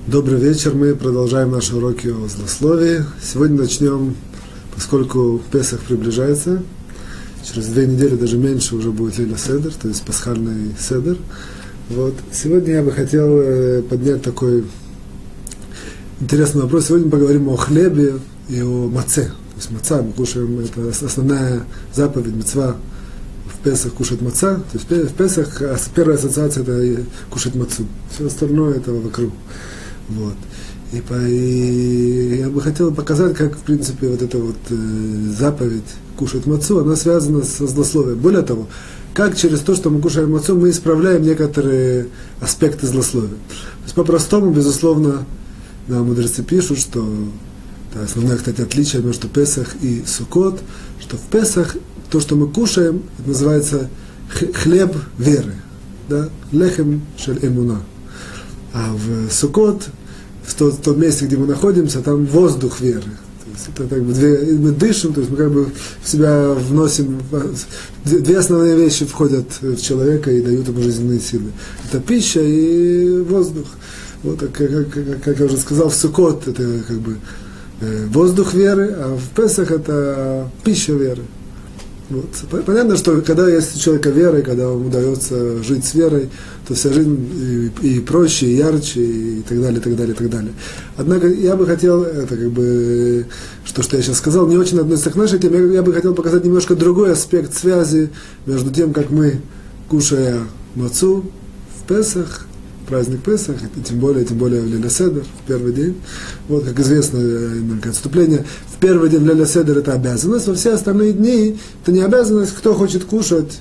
Добрый вечер, мы продолжаем наши уроки о злословии. Сегодня начнем, поскольку Песах приближается, через 2 недели, даже меньше, уже будет Лейля Седер, то есть пасхальный Седер. Вот. Сегодня я бы хотел поднять такой интересный вопрос. Сегодня мы поговорим о хлебе и о маце. То есть маца, мы кушаем, это основная заповедь, мицва в Песах кушать маца. То есть в Песах первая ассоциация это кушать мацу. Все остальное это вокруг. Вот. И я бы хотел показать, как, в принципе, вот эта вот заповедь кушать мацу, она связана со злословием. Более того, как через то, что мы кушаем мацу, мы исправляем некоторые аспекты злословия. То есть по-простому, безусловно, нам мудрецы пишут, что да, основное, кстати, отличие между Песах и Суккот, что в Песах то, что мы кушаем, это называется хлеб веры, да? Лехем шель эмуна. А в Суккот, в том месте, где мы находимся, там воздух веры. То есть это как бы мы дышим, то есть мы как бы в себя вносим, 2 основные вещи входят в человека и дают ему жизненные силы. Это пища и воздух. Вот, как я уже сказал, в Суккот это как бы воздух веры, а в Песах это пища веры. Вот. Понятно, что когда есть у человека вера, и когда ему удается жить с верой, то вся жизнь и проще, и ярче, и так далее, и так далее, и так далее. Однако я бы хотел, это как бы, что я сейчас сказал, не очень относится к нашей теме, я бы хотел показать немножко другой аспект связи между тем, как мы, кушая мацу в Песах, праздник Песах, и тем более в Лейля Седер, в первый день. Вот, как известно, отступление, в первый день Лейля Седер это обязанность, во все остальные дни это не обязанность, кто хочет кушать,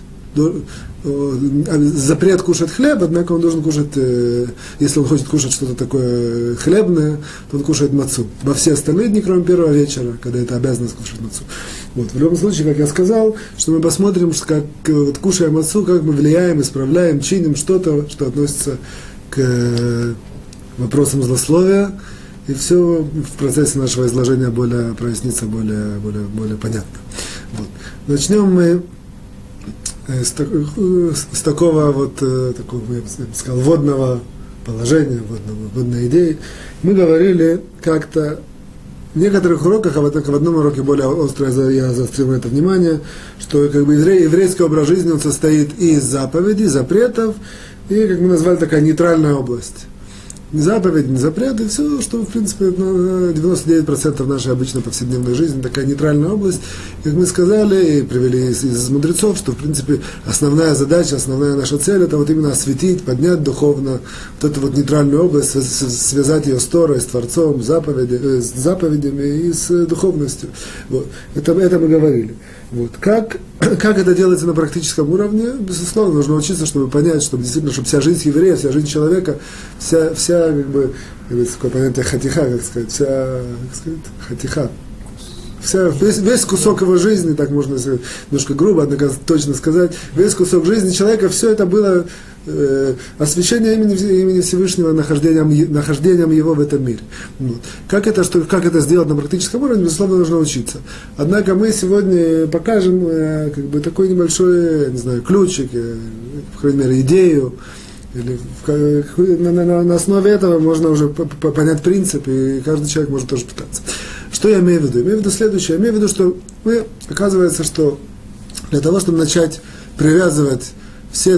запрет кушать хлеб, однако он должен кушать, если он хочет кушать что-то такое хлебное, то он кушает мацу. Во все остальные дни, кроме первого вечера, когда это обязанность кушать мацу. Вот. В любом случае, как я сказал, что мы посмотрим, как, вот, кушая мацу, как мы влияем, исправляем, чиним что-то, что относится к вопросам злословия, и все в процессе нашего изложения более прояснится, более понятно. Вот. Начнем мы с такого вот, такого, я бы сказал, вводного положения, вводной идеи. Мы говорили как-то в некоторых уроках, а в одном уроке более остро я заострил на это внимание, что как бы еврейский образ жизни он состоит из заповедей, запретов, и, как мы назвали, такая нейтральная область. Не заповедь, не запреты, все, что, в принципе, 99% нашей обычной повседневной жизни, такая нейтральная область. Как мы сказали и привели из мудрецов, что, в принципе, основная задача, основная наша цель, это вот именно осветить, поднять духовно вот эту вот нейтральную область, связать ее с Торой, с Творцом, с заповедями и с духовностью. Вот. Это мы говорили. Вот. Как это делается на практическом уровне? Безусловно, нужно учиться, чтобы понять, чтобы действительно, чтобы вся жизнь еврея, вся жизнь человека, вся как бы, такое понятие хатиха, как сказать, хатиха. Весь кусок его жизни, так можно сказать, немножко грубо, однако точно сказать, весь кусок жизни человека, все это было освящение имени Всевышнего, нахождением его в этом мире. Вот. Как это сделать на практическом уровне, безусловно, нужно учиться. Однако мы сегодня покажем как бы такой небольшой, не знаю, ключик, по крайней мере, идею. Или на основе этого можно уже понять принцип, и каждый человек может тоже пытаться. Что я имею в виду? Имею в виду следующее. Я имею в виду, что оказывается, что для того, чтобы начать привязывать всю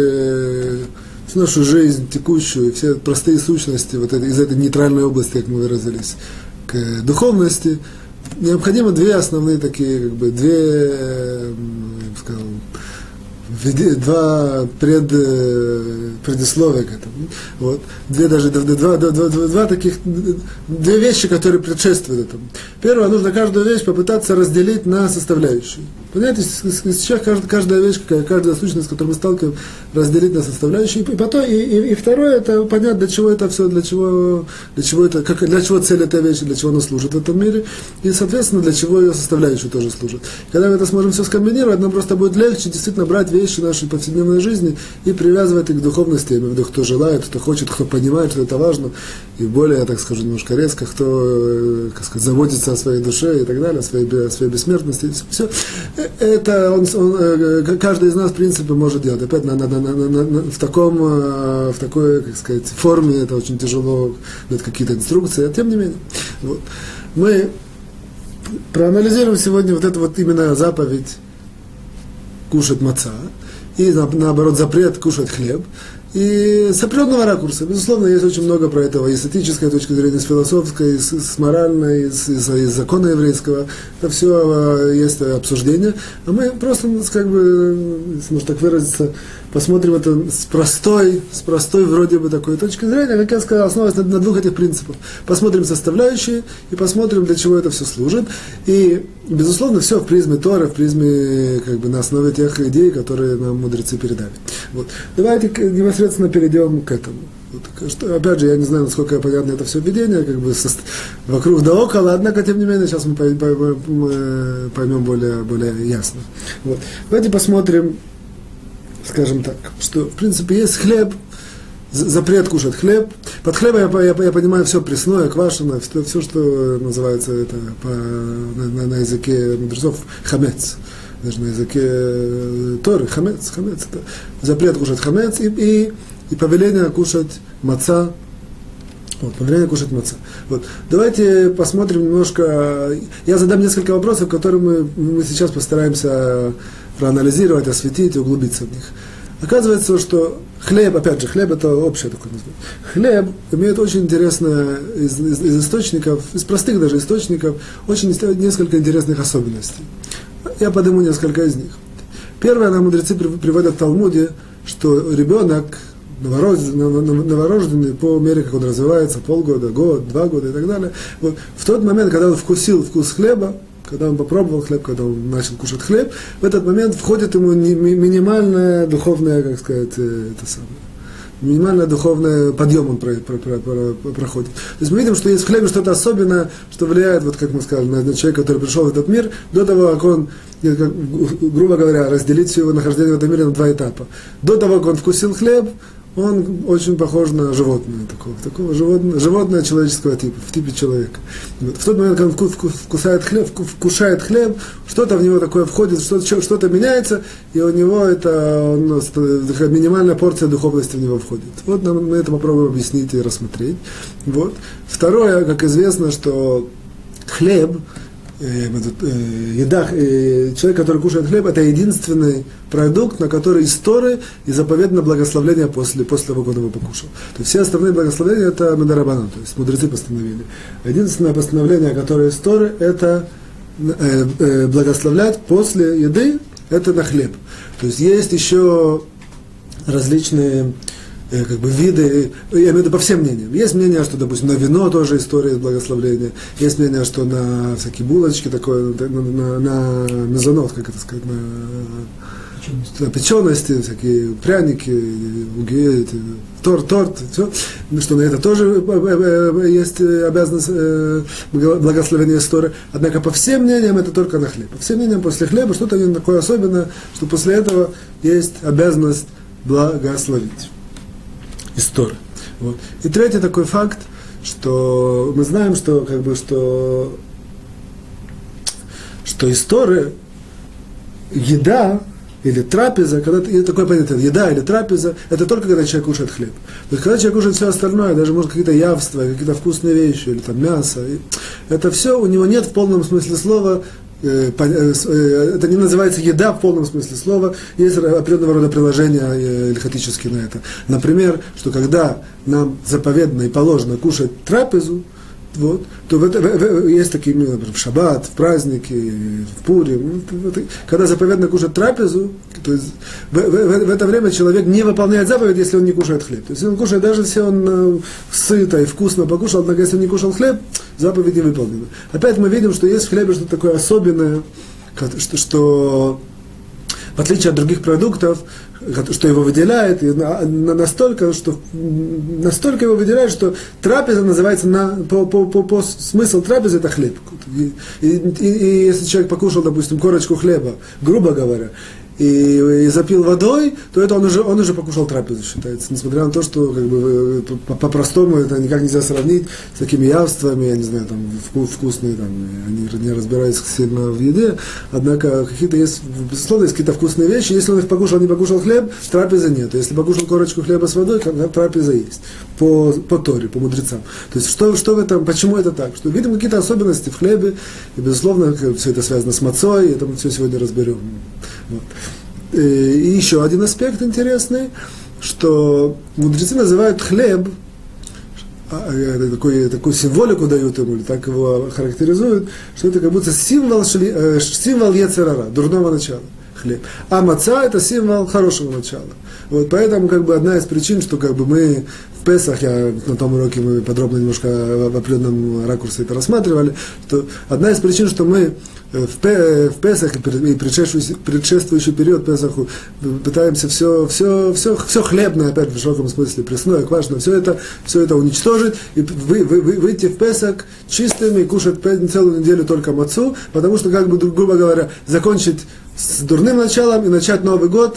нашу жизнь текущую, все простые сущности вот из этой нейтральной области, как мы выразились, к духовности, необходимо 2 основные такие, как бы, 2 предисловия к этому. Вот. 2 вещи, которые предшествуют этому. Первое, нужно каждую вещь попытаться разделить на составляющие. Понимаете, сейчас каждая вещь, каждая сущность, с которой мы сталкиваемся, разделить на составляющие. И потом, и второе, это понять, для чего это все, для чего цель этой вещи, для чего она служит в этом мире, и, соответственно, для чего ее составляющие тоже служат. Когда мы это сможем все скомбинировать, нам просто будет легче действительно брать вещи нашей повседневной жизни и привязывать их к духовности. Я имею в виду, кто желает, кто хочет, кто понимает, что это важно, и более, я так скажу, немножко резко, кто, как сказать, заботится о своей душе и так далее, о своей бессмертности. Все. Это каждый из нас, в принципе, может делать. Опять в такой, как сказать, форме это очень тяжело дать какие-то инструкции, а тем не менее. Вот. Мы проанализируем сегодня вот эту вот именно заповедь кушать маца, и наоборот запрет кушать хлеб. И с определенного ракурса, безусловно, есть очень много про этого, и с этической точки зрения, и с философской, и с моральной, и с закона еврейского. Это все есть обсуждение. А мы просто, как бы, если можно так выразиться, посмотрим это с простой вроде бы такой точки зрения, как я сказал, основываясь на двух этих принципах. Посмотрим составляющие и посмотрим, для чего это все служит. И, безусловно, все в призме Торы, в призме, как бы, на основе тех идей, которые нам мудрецы передали. Вот. Давайте непосредственно перейдем к этому. Вот. Что, опять же, я не знаю, насколько понятно это все введение, как бы вокруг да около, однако, тем не менее, сейчас мы поймем более ясно. Вот. Давайте посмотрим, скажем так, что, в принципе, есть хлеб, запрет кушать хлеб. Под хлебом я понимаю все пресное, квашеное, все, что называется это на языке мудрецов хамец. Даже на языке Торы, хамец. Это запрет кушать хамец и повеление кушать маца. Вот, повеление кушать маца. Вот. Давайте посмотрим немножко. Я задам несколько вопросов, которые мы сейчас постараемся проанализировать, осветить и углубиться в них. Оказывается, что хлеб, опять же, хлеб это общее такое название. Хлеб имеет очень интересное из источников, из простых даже источников, очень несколько интересных особенностей. Я подниму несколько из них. Первое, нам мудрецы приводят в Талмуде, что ребенок, новорожденный, по мере, как он развивается, полгода, год, 2 года и так далее, вот, в тот момент, когда он вкусил вкус хлеба, когда он попробовал хлеб, когда он начал кушать хлеб, в этот момент входит ему минимальное духовное, как сказать, минимальный духовный подъем он проходит. То есть мы видим, что есть в хлебе что-то особенное, что влияет, вот как мы сказали, на человека, который пришел в этот мир, до того, как он, грубо говоря, разделить его нахождение в этом мире на 2 этапа. До того, как он вкусил хлеб, он очень похож на животное, такого животное человеческого типа, в типе человека. Вот. В тот момент, когда он вкушает хлеб, что-то в него такое входит, что-то меняется, и у него минимальная порция духовности в него входит. Вот мы это попробуем объяснить и рассмотреть. Вот. Второе, как известно, что хлеб, еда, человек, который кушает хлеб, это единственный продукт, на который из Торы и заповедано благословление после того, как он его покушал. То есть все остальные благословения это медарабанан, то есть мудрецы постановили. Единственное постановление, которое из Торы, это благословлять после еды, это на хлеб. То есть есть еще различные как бы виды, я имею в виду по всем мнениям. Есть мнение, что, допустим, на вино тоже история благословления. Есть мнение, что на всякие булочки, такое, на мезонот, как это сказать, на печености, всякие пряники, торт, все, что на это тоже есть обязанность благословения истории. Однако по всем мнениям это только на хлеб. По всем мнениям после хлеба что-то такое особенное, что после этого есть обязанность благословить. История. Вот. И третий такой факт, что мы знаем, что история, еда или трапеза, когда такое понятие, еда или трапеза, это только когда человек кушает хлеб. То есть когда человек кушает все остальное, даже может какие-то явства, какие-то вкусные вещи, или там мясо, это все у него нет в полном смысле слова. Это не называется еда в полном смысле слова, есть определенного рода приложения ильхатические на это. Например, что когда нам заповедно и положено кушать трапезу, вот, то есть такие, например, в шаббат, в праздники, в Пурим, когда заповедно кушать трапезу, то есть в это время человек не выполняет заповедь, если он не кушает хлеб. То есть он кушает, даже если он сыто и вкусно покушал, однако если он не кушал хлеб, заповедь не выполнена. Опять мы видим, что есть в хлебе что-то такое особенное, что в отличие от других продуктов, что его выделяет, и настолько его выделяет, что трапеза называется, по смысл трапезы это хлеб. И если человек покушал, допустим, корочку хлеба, грубо говоря, и запил водой, то это он уже покушал трапезу, считается. Несмотря на то, что как бы, по-простому это никак нельзя сравнить с такими явствами, я не знаю, там вкусные, там, они не разбираются сильно в еде, однако какие-то есть, безусловно, есть какие-то вкусные вещи. Если он их покушал, не покушал хлеб, трапезы нет. Если покушал корочку хлеба с водой, трапеза есть. По Торе, по мудрецам. То есть, что в этом, почему это так? Что видим какие-то особенности в хлебе, и, безусловно, все это связано с мацой, это мы все сегодня разберем. Вот. И еще один аспект интересный, что мудрецы называют хлеб, такую символику дают ему, или так его характеризуют, что это как будто символ йецер ара, дурного начала. Хлеб. А маца это символ хорошего начала. Вот поэтому как бы одна из причин, что как бы мы в Песах, на том уроке мы подробно немножко в определенном ракурсе это рассматривали, что одна из причин, что мы в Песах и предшествующий период Песаху пытаемся все хлебное, опять в широком смысле, пресное, квашеное, все это уничтожить и выйти в Песах чистыми и кушать целую неделю только мацу, потому что, как бы, грубо говоря, закончить с дурным началом и начать Новый год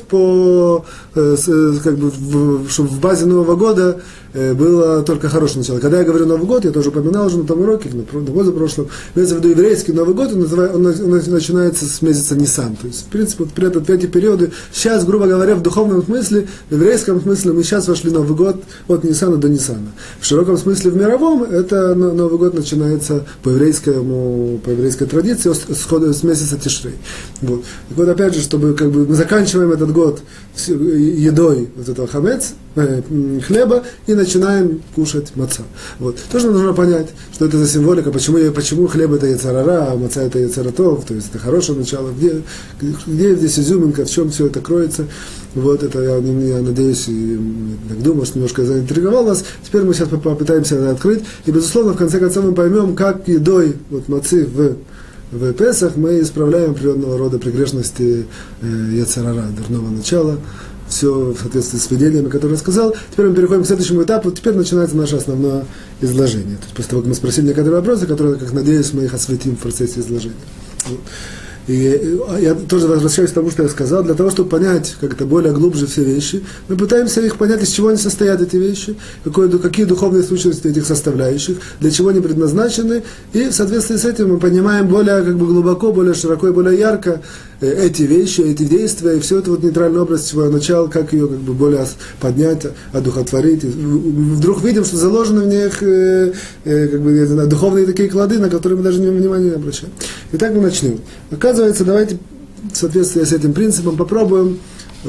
чтобы в базе Нового года было только хорошее начало. Когда я говорю Новый год, я тоже упоминал уже на том уроке, на позапрошлом, имеется в виду еврейский Новый год, он начинается с месяца Нисан. То есть, в принципе, вот эти периоды, сейчас, грубо говоря, в духовном смысле, в еврейском смысле, мы сейчас вошли Новый год от Нисана до Нисана. В широком смысле, в мировом, это Новый год начинается по еврейской традиции с месяца Тишрей. Вот. Так вот, опять же, чтобы как бы, мы заканчиваем этот год едой вот этого хамец, хлеба, и начинаем кушать маца. Вот. Тоже нужно понять, что это за символика, почему хлеб это йецер ара, а маца это йецер тов, то есть это хорошее начало, где здесь изюминка, в чем все это кроется. Вот это я надеюсь, и так думаю, что немножко заинтриговал вас. Теперь мы сейчас попытаемся это открыть, и, безусловно, в конце концов мы поймем, как едой вот, мацы в Песах мы исправляем определенного рода прегрешности йецер ара, дурного начала. Все в соответствии с видениями, которые я сказал. Теперь мы переходим к следующему этапу. Теперь начинается наше основное изложение. То есть после того, как мы спросили некоторые вопросы, которые, как надеюсь, мы их осветим в процессе изложения. Вот. И я тоже возвращаюсь к тому, что я сказал, для того, чтобы понять как-то более глубже все вещи, мы пытаемся их понять, из чего они состоят, эти вещи, какие духовные сущности этих составляющих, для чего они предназначены, и в соответствии с этим мы понимаем более как бы, глубоко, более широко и более ярко эти вещи, эти действия, и все это вот нейтральный образ своего начала, как ее как бы более поднять, одухотворить. И вдруг видим, что заложены в них как бы, я знаю, духовные такие клады, на которые мы даже внимания не обращаем. Итак, мы начнем. Оказывается, давайте в соответствии с этим принципом попробуем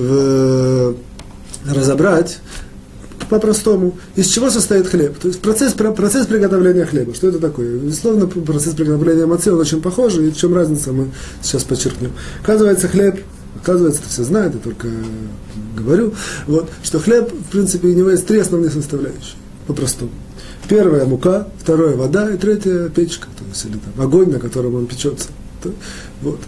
разобрать по-простому, из чего состоит хлеб. То есть процесс приготовления хлеба. Что это такое? Безусловно, процесс приготовления мацы, он очень похож, и в чем разница, мы сейчас подчеркнем. Оказывается, хлеб, это все знают, я только говорю, вот, что хлеб, в принципе, у него есть три основные составляющие, по-простому. Первая мука, вторая вода, и третья печка, то есть, или там, огонь, на котором он печется. Вот.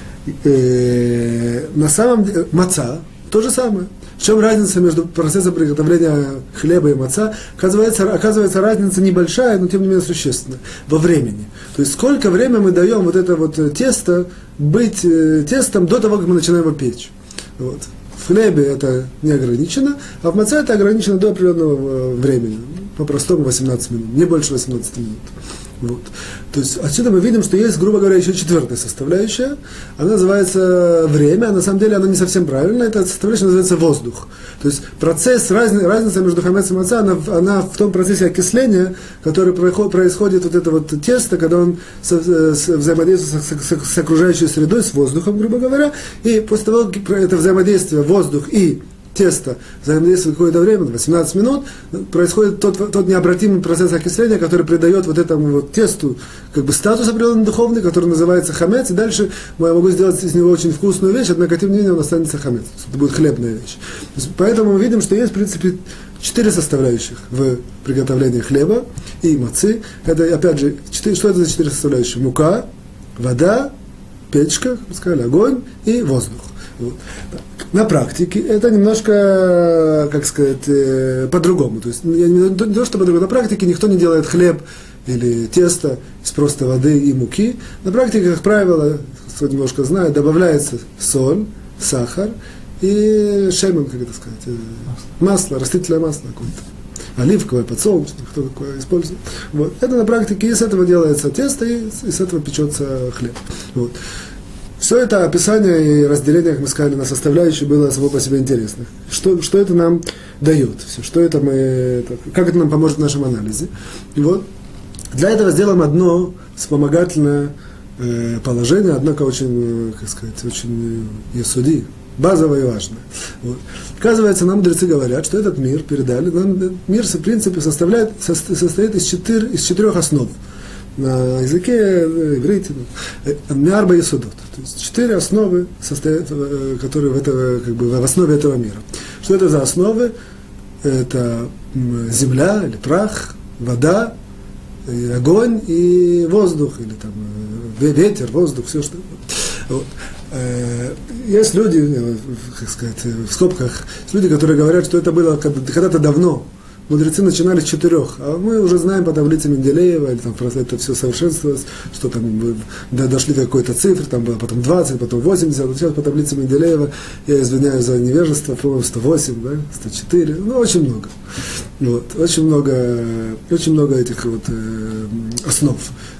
На самом деле, маца, то же самое. В чем разница между процессом приготовления хлеба и маца? Оказывается, разница небольшая, но тем не менее существенная. Во времени. То есть сколько времени мы даем вот это вот тесто быть тестом до того, как мы начинаем его печь. Вот. В хлебе это не ограничено, а в маце это ограничено до определенного времени. По-простому 18 минут, не больше 18 минут. Вот. То есть отсюда мы видим, что есть, грубо говоря, еще четвертая составляющая. Она называется время, а на самом деле она не совсем правильная. Эта составляющая называется воздух. То есть процесс, разница между хамец и маца, она в том процессе окисления, который происходит вот это вот тесто, когда он взаимодействует с окружающей средой, с воздухом, грубо говоря. И после того, как это взаимодействие воздух и тесто взаимодействует какое-то время, 18 минут, происходит тот необратимый процесс окисления, который придает вот этому вот тесту как бы статус определенный духовный, который называется хамец, и дальше я могу сделать из него очень вкусную вещь, однако тем не менее он останется хамец. Это будет хлебная вещь. Поэтому мы видим, что есть в принципе 4 составляющих в приготовлении хлеба и мацы. Это опять же, что это за 4 составляющие? Мука, вода, печка, как мы сказали, огонь и воздух. Вот. На практике это немножко, как сказать, по-другому. То есть не то, что по-другому. На практике никто не делает хлеб или тесто из просто воды и муки. На практике, как правило, кто немножко знает, добавляется соль, сахар и шемен, как это сказать, масло, растительное масло какое-то. Оливковое, подсолнечное, кто такое использует. Вот. Это на практике, и с этого делается тесто, и с этого печется хлеб. Вот. Все это описание и разделение, как мы сказали, на составляющие было само по себе интересно. Что это нам дает? Как это нам поможет в нашем анализе? И вот. Для этого сделаем одно вспомогательное положение, однако очень, как сказать, очень есуди, базовое и важное. Вот. Оказывается, нам мудрецы говорят, что этот мир передали, мир, в принципе, состоит из четырех основ. На языке иврите, мярба и судот. То есть 4 основы, которые в основе этого мира. Что это за основы? Это земля или прах, вода, и огонь и воздух, или там ветер, воздух, все что. Вот. Есть люди, как сказать, в скобках, люди, которые говорят, что это было когда-то давно. Мудрецы начинали с 4, а мы уже знаем по таблице Менделеева, или там просто это все совершенствовалось, что там дошли до какой-то цифры, там было потом 20, потом 80, вот сейчас по таблице Менделеева, я извиняюсь за невежество, по-моему, 108, да, 104, очень много. Вот, очень много этих вот основ.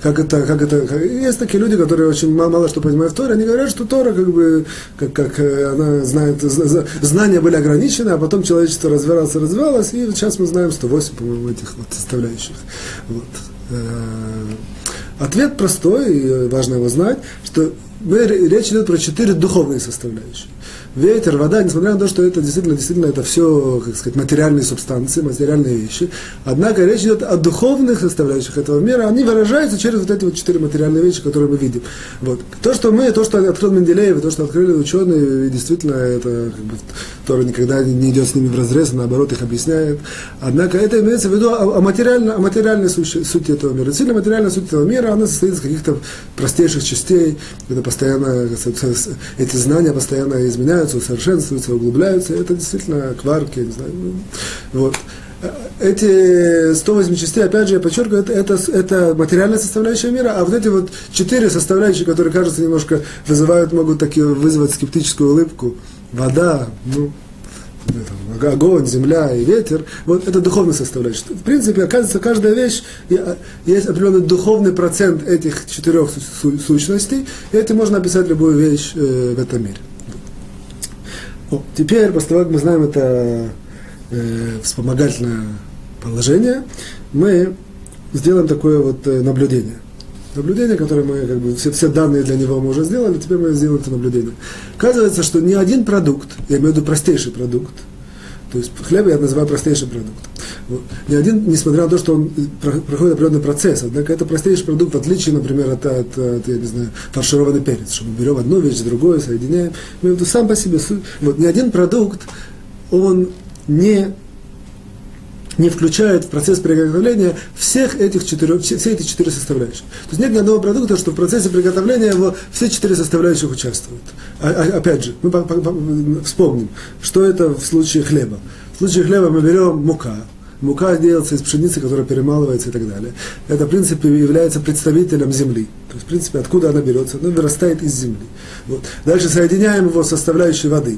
Есть такие люди, которые очень мало что понимают в Торе, они говорят, что Тора, как она знает, знания были ограничены, а потом человечество развивалось, и сейчас мы знаем 108, по-моему, этих вот составляющих. Вот. Ответ простой, и важно его знать, что речь идет про 4 духовные составляющие. Ветер, вода, несмотря на то, что это действительно это все, как сказать, материальные субстанции, материальные вещи. Однако речь идет о духовных составляющих этого мира, они выражаются через вот эти вот 4 материальные вещи, которые мы видим. Вот. То, что открыл Менделеев, то, что открыли ученые, действительно, это Тора никогда не идет с ними вразрез, наоборот, их объясняет. Однако это имеется в виду о материальной сути этого мира. Действительно, материальная суть этого мира, она состоит из каких-то простейших частей, когда постоянно, эти знания постоянно изменяются, усовершенствуются, углубляются. Это действительно кварки, я не знаю. Вот. Эти 108 частей, опять же, я подчеркиваю, это материальная составляющая мира, а вот эти вот 4 составляющие, которые, кажется, немножко могут вызвать скептическую улыбку. Вода, огонь, земля и ветер, вот это духовная составляющая. В принципе, оказывается, каждая вещь, есть определенный духовный процент этих 4 сущностей, и этим можно описать любую вещь в этом мире. Теперь, после того, как мы знаем это вспомогательное положение, мы сделаем такое вот наблюдение. Наблюдение, которое мы, все данные для него мы уже сделали, теперь мы сделаем это наблюдение. Оказывается, что ни один продукт, я имею в виду простейший продукт, то есть хлеб я называю простейший продукт. Вот. Ни один, несмотря на то, что он проходит определенный процесс, однако это простейший продукт, в отличие, например, от я не знаю, фаршированный перец, что мы берем одну вещь с другой, соединяем. Сам по себе, вот, ни один продукт, он не включает в процесс приготовления все эти 4 составляющих. То есть нет ни одного продукта, что в процессе приготовления его все 4 составляющих участвуют. Опять же, мы вспомним, что это в случае хлеба. В случае хлеба мы берем мука. Мука делается из пшеницы, которая перемалывается и так далее. Это, в принципе, является представителем земли. То есть, в принципе, откуда она берется? Она вырастает из земли. Вот. Дальше соединяем его с составляющей воды.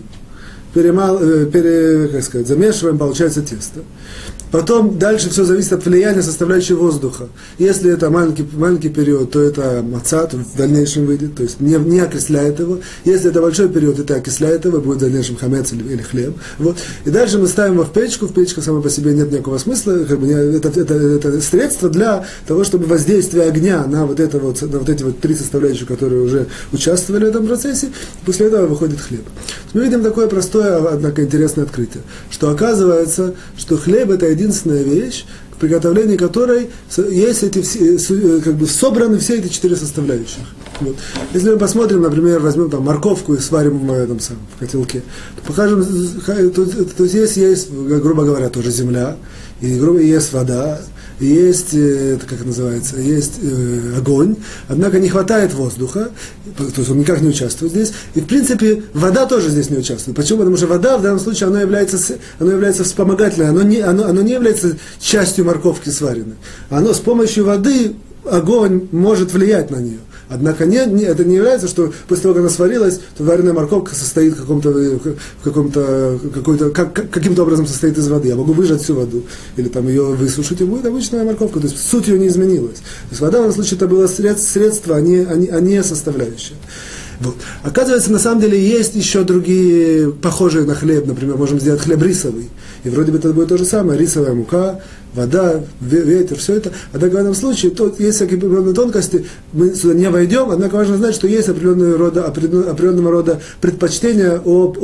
Замешиваем, получается тесто. Потом дальше все зависит от влияния составляющей воздуха. Если это маленький период, то это маца, то в дальнейшем выйдет, то есть не окисляет его. Если это большой период, это окисляет его, будет в дальнейшем хамец или хлеб. Вот. И дальше мы ставим его в печку. В печке самой по себе нет никакого смысла. Это средство для того, чтобы воздействие огня на вот эти вот 3 составляющие, которые уже участвовали в этом процессе. После этого выходит хлеб. Мы видим такое простое, однако интересное открытие, что оказывается, что хлеб это единственная вещь, в приготовлении которой есть собраны все эти 4 составляющих. Вот. Если мы посмотрим, например, возьмем там морковку и сварим в котелке, то покажем, то здесь есть, грубо говоря, тоже земля, и есть вода, есть, как это называется, есть огонь, однако не хватает воздуха, то есть он никак не участвует здесь, и в принципе вода тоже здесь не участвует. Почему? Потому что вода в данном случае она является вспомогательной, оно не является частью морковки сваренной. Оно с помощью воды, огонь может влиять на нее. Однако это не является, что после того, как она сварилась, то вареная морковка состоит каким-то образом состоит из воды. Я могу выжать всю воду, или там ее высушить, и будет обычная морковка. То есть суть ее не изменилась. То есть вода в данном случае это было средство, а не составляющая. Вот. Оказывается, на самом деле есть еще другие, похожие на хлеб, например, можем сделать хлеб рисовый. И вроде бы это будет то же самое, рисовая мука, вода, ветер, все это. Однако в этом случае тут есть определенные тонкости, мы сюда не войдем, однако важно знать, что есть определенного рода предпочтения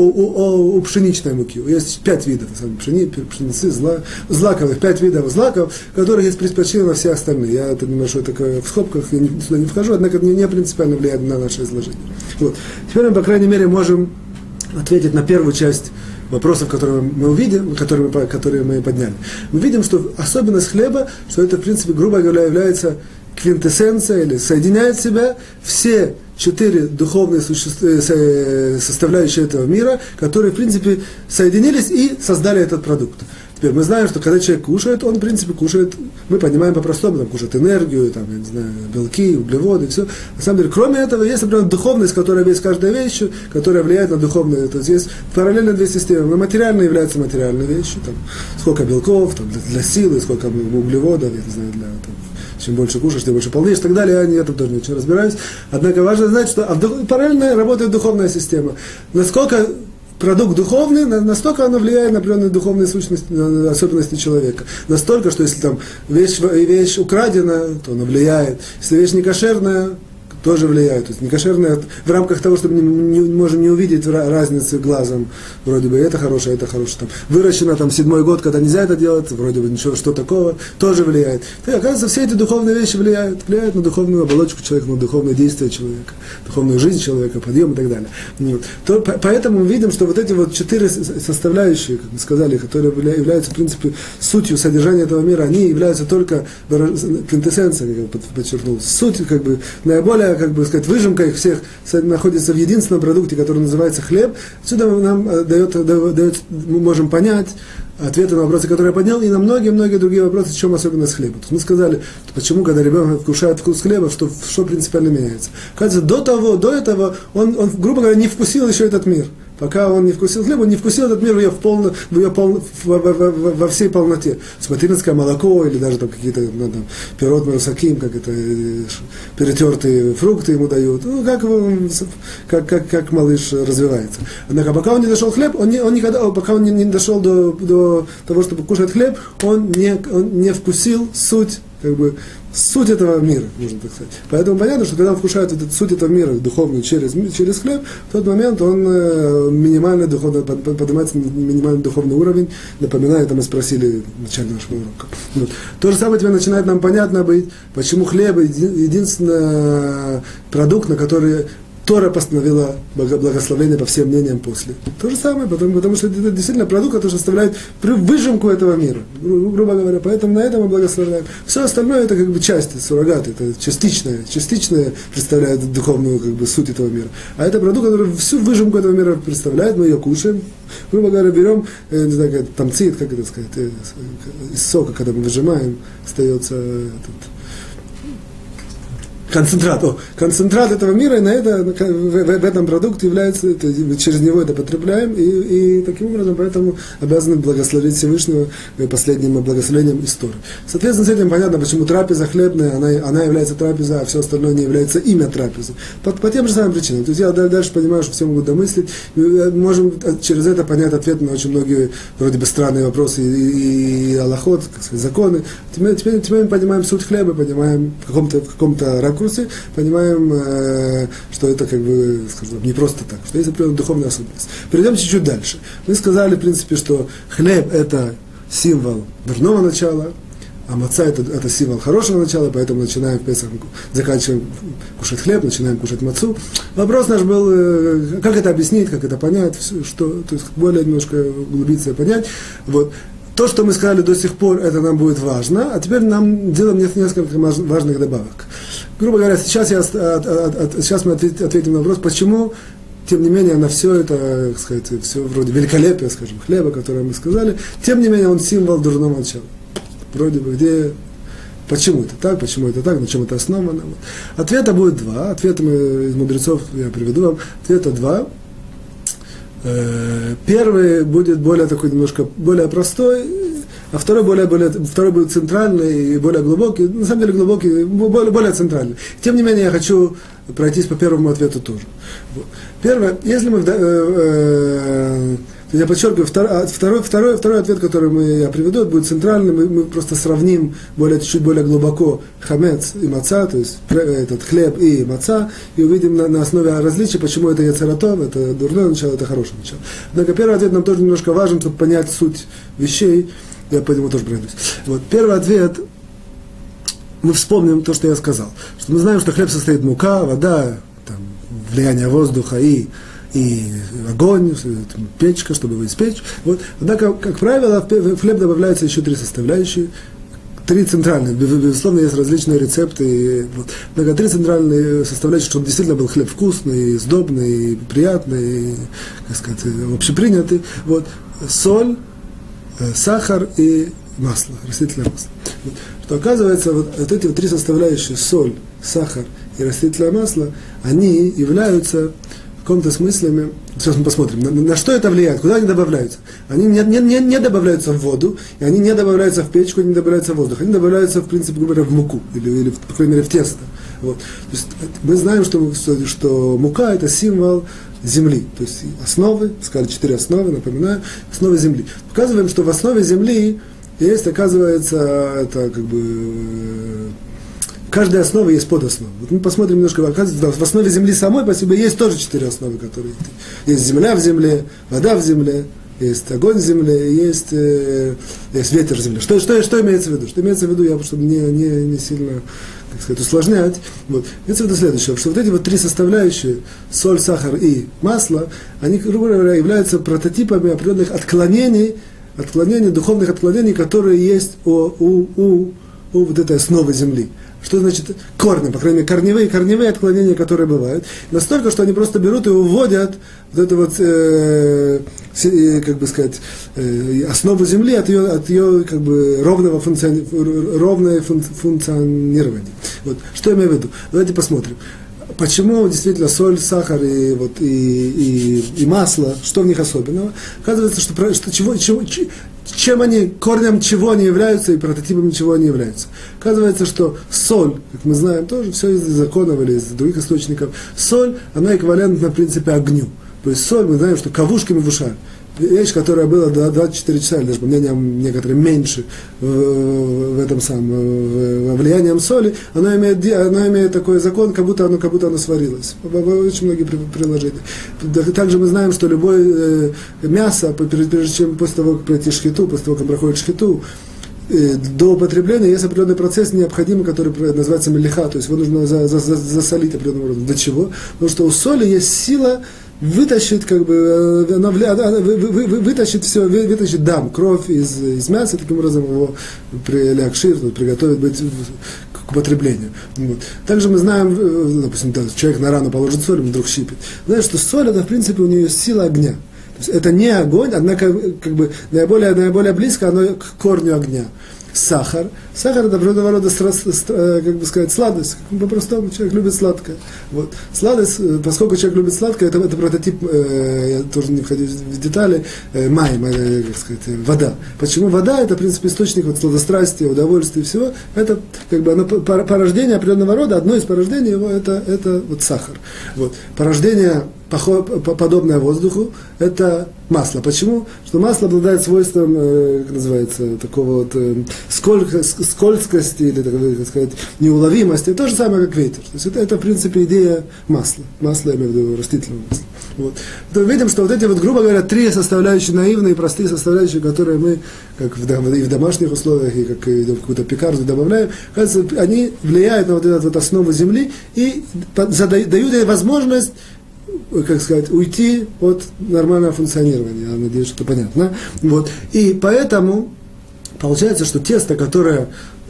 у пшеничной муки. Есть 5 видов пшеницы, злаковых, 5 видов злаков, у которых есть предпочтения на все остальные. Я это немножко такое в скобках, я сюда не вхожу, однако это не принципиально влияет на наше изложение. Вот. Теперь мы, по крайней мере, можем ответить на первую часть вопросов, которые мы увидим, которые мы подняли. Мы видим, что особенность хлеба, что это, в принципе, грубо говоря, является квинтэссенцией или соединяет в себя все 4 духовные составляющие этого мира, которые, в принципе, соединились и создали этот продукт. Теперь мы знаем, что когда человек кушает, он, в принципе, кушает, мы понимаем по-простому, там, кушает энергию, там, я не знаю, белки, углеводы, все. На самом деле, кроме этого, есть, например, духовность, которая есть каждая вещь, которая влияет на духовное. То есть есть параллельно две системы. Материальная является материальной вещью, там, сколько белков, там, для силы, сколько углеводов, я не знаю, чем больше кушаешь, тем больше полнеешь и так далее. Я в этом тоже не очень разбираюсь. Однако важно знать, что параллельно работает духовная система. Насколько продукт духовный, настолько оно влияет на определенные духовные сущности, на особенности человека. Настолько, что если там вещь украдена, то она влияет. Если вещь некошерная, тоже влияет. То есть некошерная в рамках того, чтобы мы можем не увидеть разницы глазом. Вроде бы это хорошее, это хорошее. Там, выращено там 7-й год, когда нельзя это делать, вроде бы ничего, что такого, тоже влияет. И, оказывается, все эти духовные вещи влияют на духовную оболочку человека, на духовное действие человека, духовную жизнь человека, подъем и так далее. Поэтому мы видим, что вот эти вот 4 составляющие, как мы сказали, которые являются, в принципе, сутью содержания этого мира, они являются только квинтэссенцией, как я подчеркнул, суть, как бы, наиболее, как бы сказать, выжимка их всех находится в единственном продукте, который называется хлеб. Отсюда нам мы можем понять ответы на вопросы, которые я поднял, и на многие-многие другие вопросы, в чем особенность хлеба. То есть мы сказали, почему, когда ребенок вкушает вкус хлеба, что принципиально меняется. Кажется, до этого он, грубо говоря, не вкусил еще этот мир. Пока он не вкусил хлеб, он не вкусил этот мир во всей полноте. Материнское молоко или даже там какие-то пирот марусаким, как это перетертые фрукты ему дают. Ну, как малыш развивается. Однако пока он не дошел хлеб, пока он не дошел до того, чтобы кушать хлеб, он не вкусил суть, как бы, суть этого мира, можно так сказать. Поэтому понятно, что когда он вкушает суть этого мира духовную через хлеб, в тот момент он минимально духовно, поднимается на минимальный духовный уровень. Напоминаю, это мы спросили в начале нашего урока. Вот. То же самое теперь начинает нам понятно быть, почему хлеб единственный продукт, на который Тора постановила благословение по всем мнениям после. То же самое, потому что это действительно продукт, который составляет выжимку этого мира, грубо говоря. Поэтому на этом мы благословляем. Все остальное это как бы часть, суррогат, это частичное представляет духовную как бы суть этого мира. А это продукт, который всю выжимку этого мира представляет, мы ее кушаем. Грубо говоря, берем, не знаю, как тамцит, как это сказать, из сока, когда мы выжимаем, остается концентрат этого мира, и на это, в этом продукте является, через него это потребляем, и таким образом, поэтому обязаны благословить Всевышнего последним благословением из Торы. Соответственно, с этим понятно, почему трапеза хлебная, она является трапезой, а все остальное не является имя трапезы. По тем же самым причинам. То есть я дальше понимаю, что все могут домыслить, мы можем через это понять ответ на очень многие, вроде бы, странные вопросы и алахот, как сказать, законы. Теперь мы понимаем суть хлеба, понимаем в каком-то ракурсе, понимаем, что это как бы, скажем, не просто так, что есть определенная духовная особенность. Перейдем чуть-чуть дальше. Мы сказали, в принципе, что хлеб – это символ дурного начала, а маца – это символ хорошего начала, поэтому начинаем в Песах, заканчиваем кушать хлеб, начинаем кушать мацу. Вопрос наш был, как это объяснить, как это понять, то есть более немножко углубиться и понять. Вот. То, что мы сказали до сих пор, это нам будет важно, а теперь нам делаем несколько важных добавок. Грубо говоря, сейчас мы ответим на вопрос, почему, тем не менее, на все это, так сказать, все вроде великолепия, скажем, хлеба, которое мы сказали, тем не менее, он символ дурного начала. Вроде бы, где почему это так, на чем это основано. Вот. Ответа будет два. Ответа мы из мудрецов я приведу вам. Ответа два. Первый будет более такой немножко более простой, а второй будет центральный и более глубокий, на самом деле глубокий, более центральный. Тем не менее, я хочу пройтись по первому ответу тоже. Первое, если мы я подчеркиваю, второй ответ, который я приведу, будет центральный, мы просто сравним чуть более глубоко хамец и маца, то есть этот хлеб и маца, и увидим на основе различий, почему это яцератов, это дурное начало, это хорошее начало. Однако первый ответ нам тоже немножко важен, чтобы понять суть вещей, я по нему тоже пройдусь. Вот, первый ответ, мы вспомним то, что я сказал, что мы знаем, что хлеб состоит мука, вода, там, влияние воздуха и огонь, печка, чтобы его испечь. Вот. Однако, как правило, в хлеб добавляются еще три составляющие, три центральные. Безусловно, есть различные рецепты. Вот. Однако три центральные составляющие, чтобы действительно был хлеб вкусный, сдобный, приятный, как сказать, общепринятый. Вот. Соль, сахар и масло, растительное масло. Вот. Что оказывается, вот эти три составляющие, соль, сахар и растительное масло, они являются в каком-то смысле, сейчас мы посмотрим, на что это влияет, куда они добавляются. Они не добавляются в воду, и они не добавляются в печку, не добавляются в воздух. Они добавляются, в принципе говоря, в муку, или по крайней мере, в тесто. Вот. То есть, мы знаем, что мука – это символ земли, то есть основы, сказали 4 основы, напоминаю, основы земли. Показываем, что в основе земли есть, оказывается, это как бы... В каждой основе есть подоснова. Вот мы посмотрим немножко, оказывается, в основе земли самой по себе есть тоже 4 основы, которые есть земля в земле, вода в земле, есть огонь в земле, есть ветер в земле. Что имеется в виду? Что имеется в виду, я чтобы не сильно, так сказать, усложнять. Вот. Имеется в виду следующее, что вот эти вот три составляющие, соль, сахар и масло, они, грубо говоря, являются прототипами определенных отклонений, духовных отклонений, которые есть у вот этой основы земли. Что значит корни, по крайней мере, корневые отклонения, которые бывают. Настолько, что они просто берут и уводят вот эту вот, как бы сказать, основу земли от ее как бы ровное функционирования. Вот. Что я имею в виду? Давайте посмотрим. Почему действительно соль, сахар и масло, что в них особенного? Оказывается, чем они, корнем чего они являются и прототипом чего они являются. Оказывается, что соль, как мы знаем, тоже все из законов или из других источников, соль, она эквивалентна, в принципе, огню. То есть соль, мы знаем, что кавушки мевушаль. Вещь, которая была 24 часа, или даже по мнениям некоторым меньше в этом самом влиянием соли, она имеет такой закон, как будто оно сварилось. Очень многие приложения. Также мы знаем, что любое мясо, прежде чем после того, как пройти шхиту, после того, как проходит шхиту, до употребления есть определенный процесс необходимый, который называется мелиха, то есть его нужно засолить определенным образом. Для чего? Потому что у соли есть сила вытащит, как бы, вытащит все, вытащит дам, кровь из мяса, таким образом его приготовить быть к употреблению. Вот. Также мы знаем, допустим, человек на рану положит соль, вдруг щипит. Знаешь, что соль, это, в принципе, у нее есть сила огня. То есть это не огонь, однако, как бы, наиболее близко оно к корню огня. Сахар это определенного рода, как бы сказать, сладость. По-простому, человек любит сладкое. Вот. Сладость, поскольку человек любит сладкое, это прототип, я тоже не входил в детали, как сказать, вода. Почему вода? Это, в принципе, источник вот сладострастия, удовольствия и всего. Это, как бы, оно порождение определенного рода, одно из порождений его, это вот сахар. Вот. Порождение подобное воздуху, это масло. Почему? Что масло обладает свойством, как называется, такого вот скользкости или, так сказать, неуловимости. То же самое, как ветер. То есть это в принципе, идея масла. Масло, я имею в виду растительного масла. Вот. То видим, что вот эти вот, грубо говоря, три составляющие наивные, простые составляющие, которые мы, как и в домашних условиях, и как и в какую-то пекарню добавляем, кажется, они влияют на вот эту вот основу земли и дают ей возможность, как сказать, уйти от нормального функционирования. Я надеюсь, что понятно. Вот. И поэтому Получается, что тесто, которое,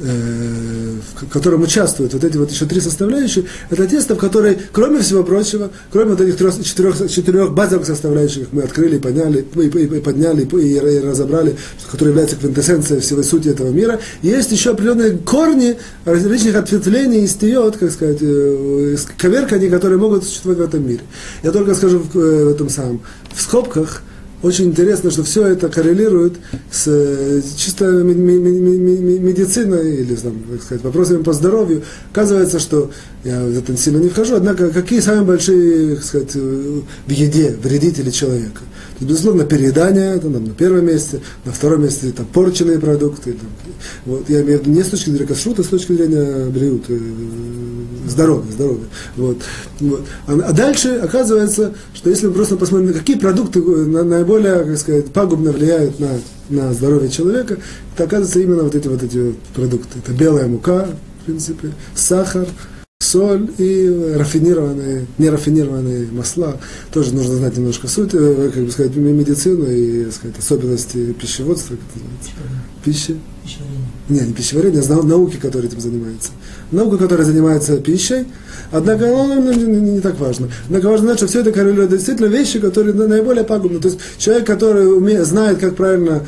в котором участвуют вот эти вот еще три составляющие, это тесто, в которой, кроме всего прочего, кроме вот этих четырех базовых составляющих, мы открыли, подняли, и подняли, и разобрали, которые являются квинтэссенцией всей сути этого мира, есть еще определенные корни различных ответвлений, истиот, как сказать, коверканий, которые могут существовать в этом мире. Я только скажу в этом самом, в скобках, очень интересно, что все это коррелирует с чисто медициной или, там, так сказать, вопросами по здоровью. Оказывается, что я в это сильно не вхожу, однако какие самые большие, так сказать, в еде вредители человека? То есть, безусловно, переедание, это, там, на первом месте, на втором месте там, порченные продукты. Там, вот, я имею в виду не с точки зрения кашрута, а с точки зрения бриут, здоровья. Вот. А дальше оказывается, что если мы просто посмотрим, на какие продукты наиболее, как сказать, пагубно влияют на здоровье человека, то оказывается именно вот эти продукты. Это белая мука, в принципе, сахар, соль и нерафинированные масла. Тоже нужно знать немножко суть, как бы сказать, медицину и, так сказать, особенности пищеводства, как это называется, пищи. Не пищеварение, а науки, которые этим занимаются. Наука, которая занимается пищей, однако не так важно. Однако важно знать, что все это коррелирует действительно вещи, которые наиболее пагубны. То есть человек, который знает, как правильно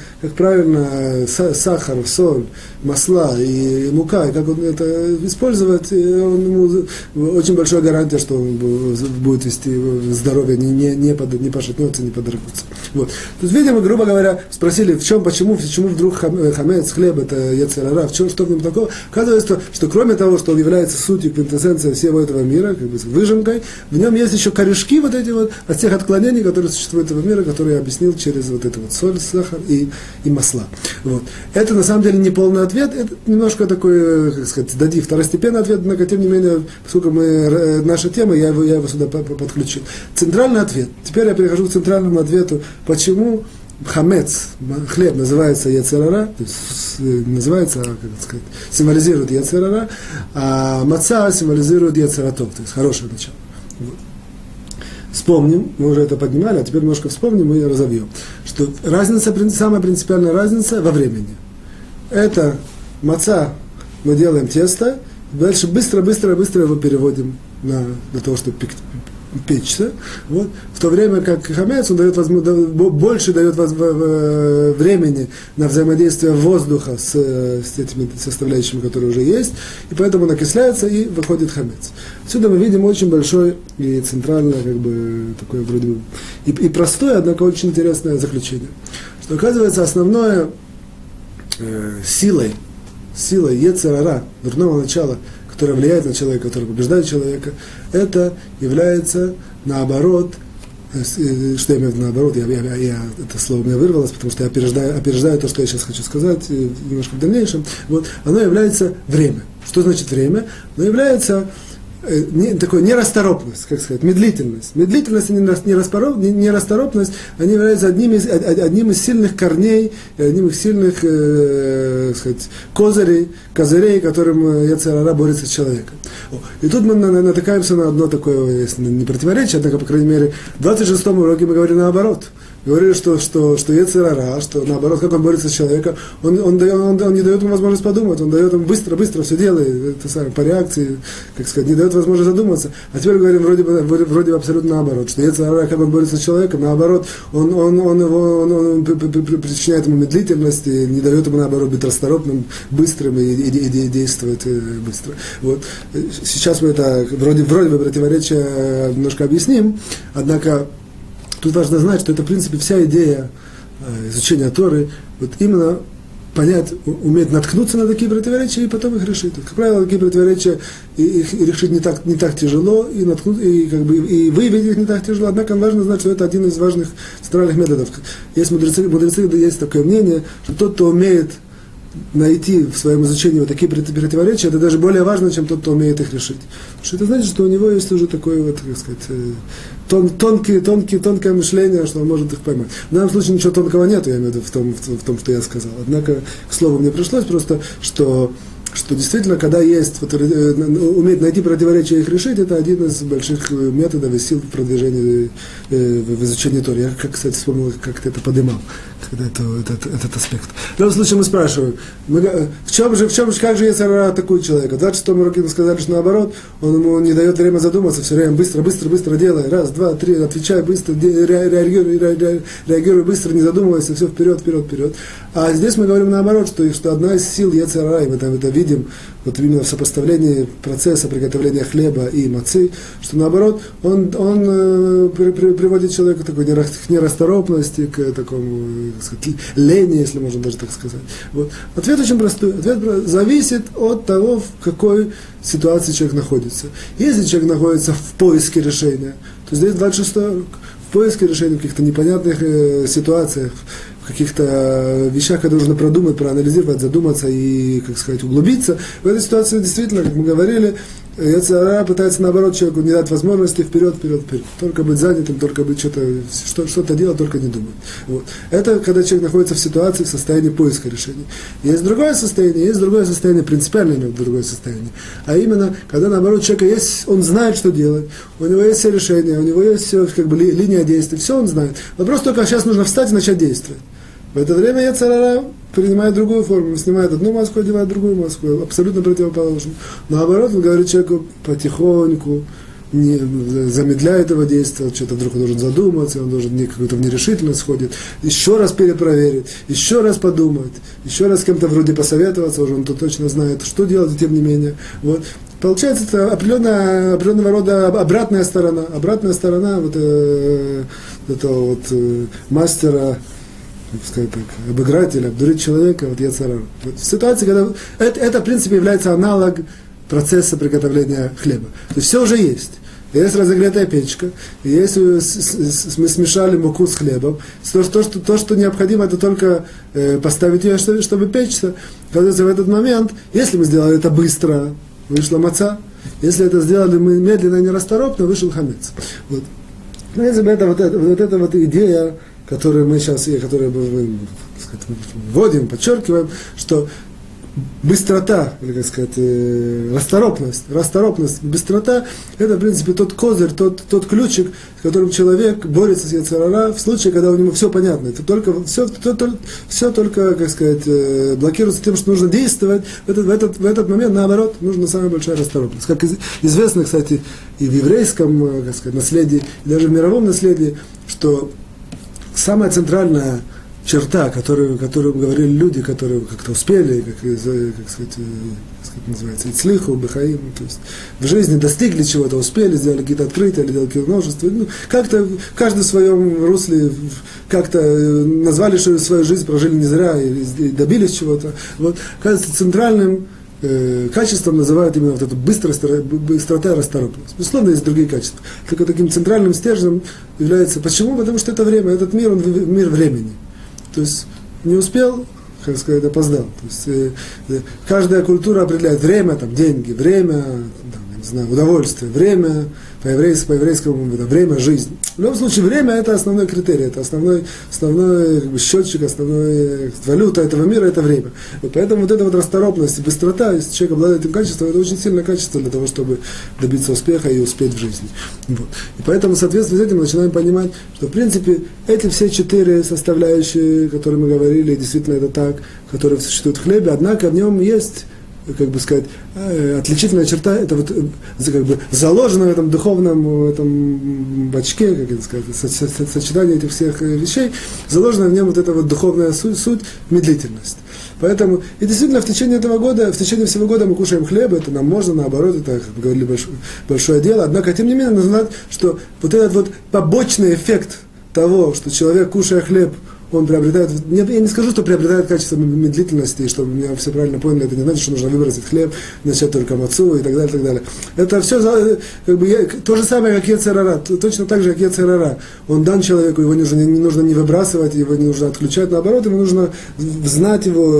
сахар, соль, масла и мука, и как он это использовать, ему очень большая гарантия, что он будет вести здоровье, не пошатнется, не подорвется. Вот. Тут, видимо, грубо говоря, спросили, почему вдруг хамец, хлеб, это яцер ара, что в нем такого? Оказывается, что кроме того, что он является сутью, квинтэссенцией всего этого мира, как бы выжимкой, в нем есть еще корешки вот эти вот от тех отклонений, которые существуют в этом мире, которые я объяснил через вот это вот соль, сахар и масла. Вот. Это на самом деле не полный ответ, это немножко такой, как сказать, второстепенный ответ, однако, тем не менее, поскольку наша тема, я его сюда подключил. Центральный ответ. Теперь я перехожу к центральному ответу, почему хамец, хлеб, называется яцер ара, то есть называется, как сказать, символизирует яцер ара, а маца символизирует яцер атов, то есть хорошее начало. Вот. Вспомним, мы уже это поднимали, а теперь немножко вспомним и разовьем, что самая принципиальная разница во времени. Это маца, мы делаем тесто, дальше быстро его переводим для того, чтобы печься, вот, в то время как хамец, он больше дает времени на взаимодействие воздуха с этими составляющими, которые уже есть, и поэтому он окисляется и выходит хамец. Отсюда мы видим очень большое и центральное, как бы, такое вроде бы, и простое, однако очень интересное заключение, что оказывается основное силой яцер ара, дурного начала, которое влияет на человека, которое побеждает человека, это является наоборот, что я имею в виду наоборот, это слово у меня вырвалось, потому что я опереждаю то, что я сейчас хочу сказать немножко в дальнейшем. Вот, оно является время. Что значит время? Оно является такой нерасторопность, как сказать, медлительность. Медлительность и нерасторопность, они являются одним из сильных корней, одним из сильных сказать, козырей, которым яцер ара борется с человеком. И тут мы натыкаемся на одно такое, если не противоречие, однако, по крайней мере, в 26-м уроке мы говорили наоборот. Говорили, что яцер ара, что наоборот, как он борется с человеком, он не дает ему возможность подумать, он дает ему быстро все делает, это самое, по реакции, как сказать, не дает возможность задуматься. А теперь говорим вроде бы абсолютно наоборот, что яцер ара, как он борется с человеком, наоборот, он причиняет ему медлительность и не дает ему, наоборот, быть расторопным, быстрым и действовать быстро. Вот. Сейчас мы это вроде бы противоречие немножко объясним, однако тут важно знать, что это, в принципе, вся идея изучения Торы, вот именно понять, уметь наткнуться на такие противоречия и потом их решить. Как правило, такие противоречия их решить не так тяжело, и выявить их не так тяжело, однако важно знать, что это один из важных центральных методов. Есть мудрецы, есть такое мнение, что тот, кто умеет найти в своем изучении вот такие противоречия, это даже более важно, чем тот, кто умеет их решить. Потому что это значит, что у него есть уже такое вот, как сказать, тонкое мышление, что он может их поймать. В данном случае ничего тонкого нет, я имею в виду в том, что я сказал. Однако, к слову, мне пришлось просто, что что действительно, когда есть, уметь найти противоречия и их решить, это один из больших методов и сил продвижения в изучении Торы. Я, кстати, вспомнил, как ты это поднимал, когда этот аспект. В любом случае мы спрашиваем, как же Йецер Гара атакует человека? В 26-м уроке мы сказали, что наоборот, он ему не дает время задуматься, все время быстро делай, раз, два, три, отвечай быстро, реагируй быстро, не задумывайся, все вперед. А здесь мы говорим наоборот, что одна из сил Йецер Гара, и мы там это видим, вот именно в сопоставлении процесса приготовления хлеба и мацы, что наоборот, он приводит человека к такой нерасторопности, к такому, так сказать, лени, если можно даже так сказать. Вот. Ответ очень простой. Ответ зависит от того, в какой ситуации человек находится. Если человек находится в поиске решения, то здесь 26 в поиске решения в каких-то непонятных ситуациях, в каких-то вещах, которые нужно продумать, проанализировать, задуматься и, как сказать, углубиться. В этой ситуации действительно, как мы говорили, Йецер Гара пытается, наоборот, человеку не дать возможности вперед. Только быть занятым, только быть что-то делать, только не думать. Вот. Это когда человек находится в ситуации, в состоянии поиска решений. Есть другое состояние, принципиально другое состояние. А именно, когда, наоборот, человек есть, он знает, что делать, у него есть все решения, у него есть все, как бы, линия действий, все он знает. Вопрос только, сейчас нужно встать и начать действовать. В это время Йецер Гара принимает другую форму, снимает одну маску, одевает другую маску, абсолютно противоположную. Наоборот, он говорит человеку потихоньку, не замедляет его действия, что-то вдруг он должен задуматься, он должен какую-то в нерешительность сходит, еще раз перепроверить, еще раз подумать, еще раз с кем-то вроде посоветоваться, уже он тут точно знает, что делать, тем не менее. Вот. Получается, это определенного рода обратная сторона этого мастера, сказать так, обыграть обдурить человека, вот Йецер Гара. Вот в ситуации, когда это, в принципе, является аналог процесса приготовления хлеба. То есть все уже есть. Есть разогретая печка, есть, мы смешали муку с хлебом. То, что необходимо, это только поставить ее, чтобы печься. Оказывается, в этот момент, если мы сделали это быстро, вышла маца. Если это сделали мы медленно и нерасторопно, вышел хамец. Вот. Это вот идея, которую мы сейчас, которую мы вводим, подчеркиваем, что быстрота, или, как сказать, расторопность, быстрота, это, в принципе, тот козырь, тот ключик, с которым человек борется с Йецер Гара в случае, когда у него все понятно. Это только, все только, как сказать, блокируется тем, что нужно действовать. В этот момент, наоборот, нужна самая большая расторопность. Как известно, кстати, и в еврейском, как сказать, наследии, и даже в мировом наследии, что самая центральная черта, которую говорили люди, которые как-то успели, как сказать, называется, ицлиху, бехаим, то есть в жизни достигли чего-то, успели, сделали какие-то открытия, делали какие-то множества, как-то каждый в своем русле как-то назвали свою жизнь, прожили не зря и добились чего-то. Вот, кажется, центральным качеством называют именно вот эту быстрота и расторопность. Безусловно, есть другие качества. Только таким центральным стержнем является... Почему? Потому что это время, этот мир, он мир времени. То есть не успел, как сказать, опоздал. То есть каждая культура определяет время, там, деньги, время, там, не знаю, удовольствие, время, по-еврейскому это время, жизнь. В любом случае, время это основной критерий, это основной как бы, счетчик, основной валюта этого мира, это время. Вот поэтому вот эта вот расторопность и быстрота, если человек обладает этим качеством, это очень сильное качество для того, чтобы добиться успеха и успеть в жизни. Вот. И поэтому, соответственно, с этим мы начинаем понимать, что, в принципе, эти все 4 составляющие, которые мы говорили, действительно это так, которые существуют в хлебе, однако в нем есть, как бы сказать, отличительная черта, это вот как бы заложено в этом духовном этом бачке, как это сказать, сочетание этих всех вещей, заложена в нем вот эта вот духовная суть, медлительность. Поэтому, и действительно, в течение всего года мы кушаем хлеб, это нам можно, наоборот, это, как мы говорили, большое дело, однако, тем не менее, нужно знать, что вот этот вот побочный эффект того, что человек, кушая хлеб, он приобретает, я не скажу, что приобретает качество медлительности, чтобы меня все правильно поняли, это не значит, что нужно выбросить хлеб, начать только мацу и так далее, и так далее. Это все как бы, то же самое, как Йецер Гара, точно так же, как Йецер Гара. Он дан человеку, его не нужно не выбрасывать, его не нужно отключать, наоборот, ему нужно знать его,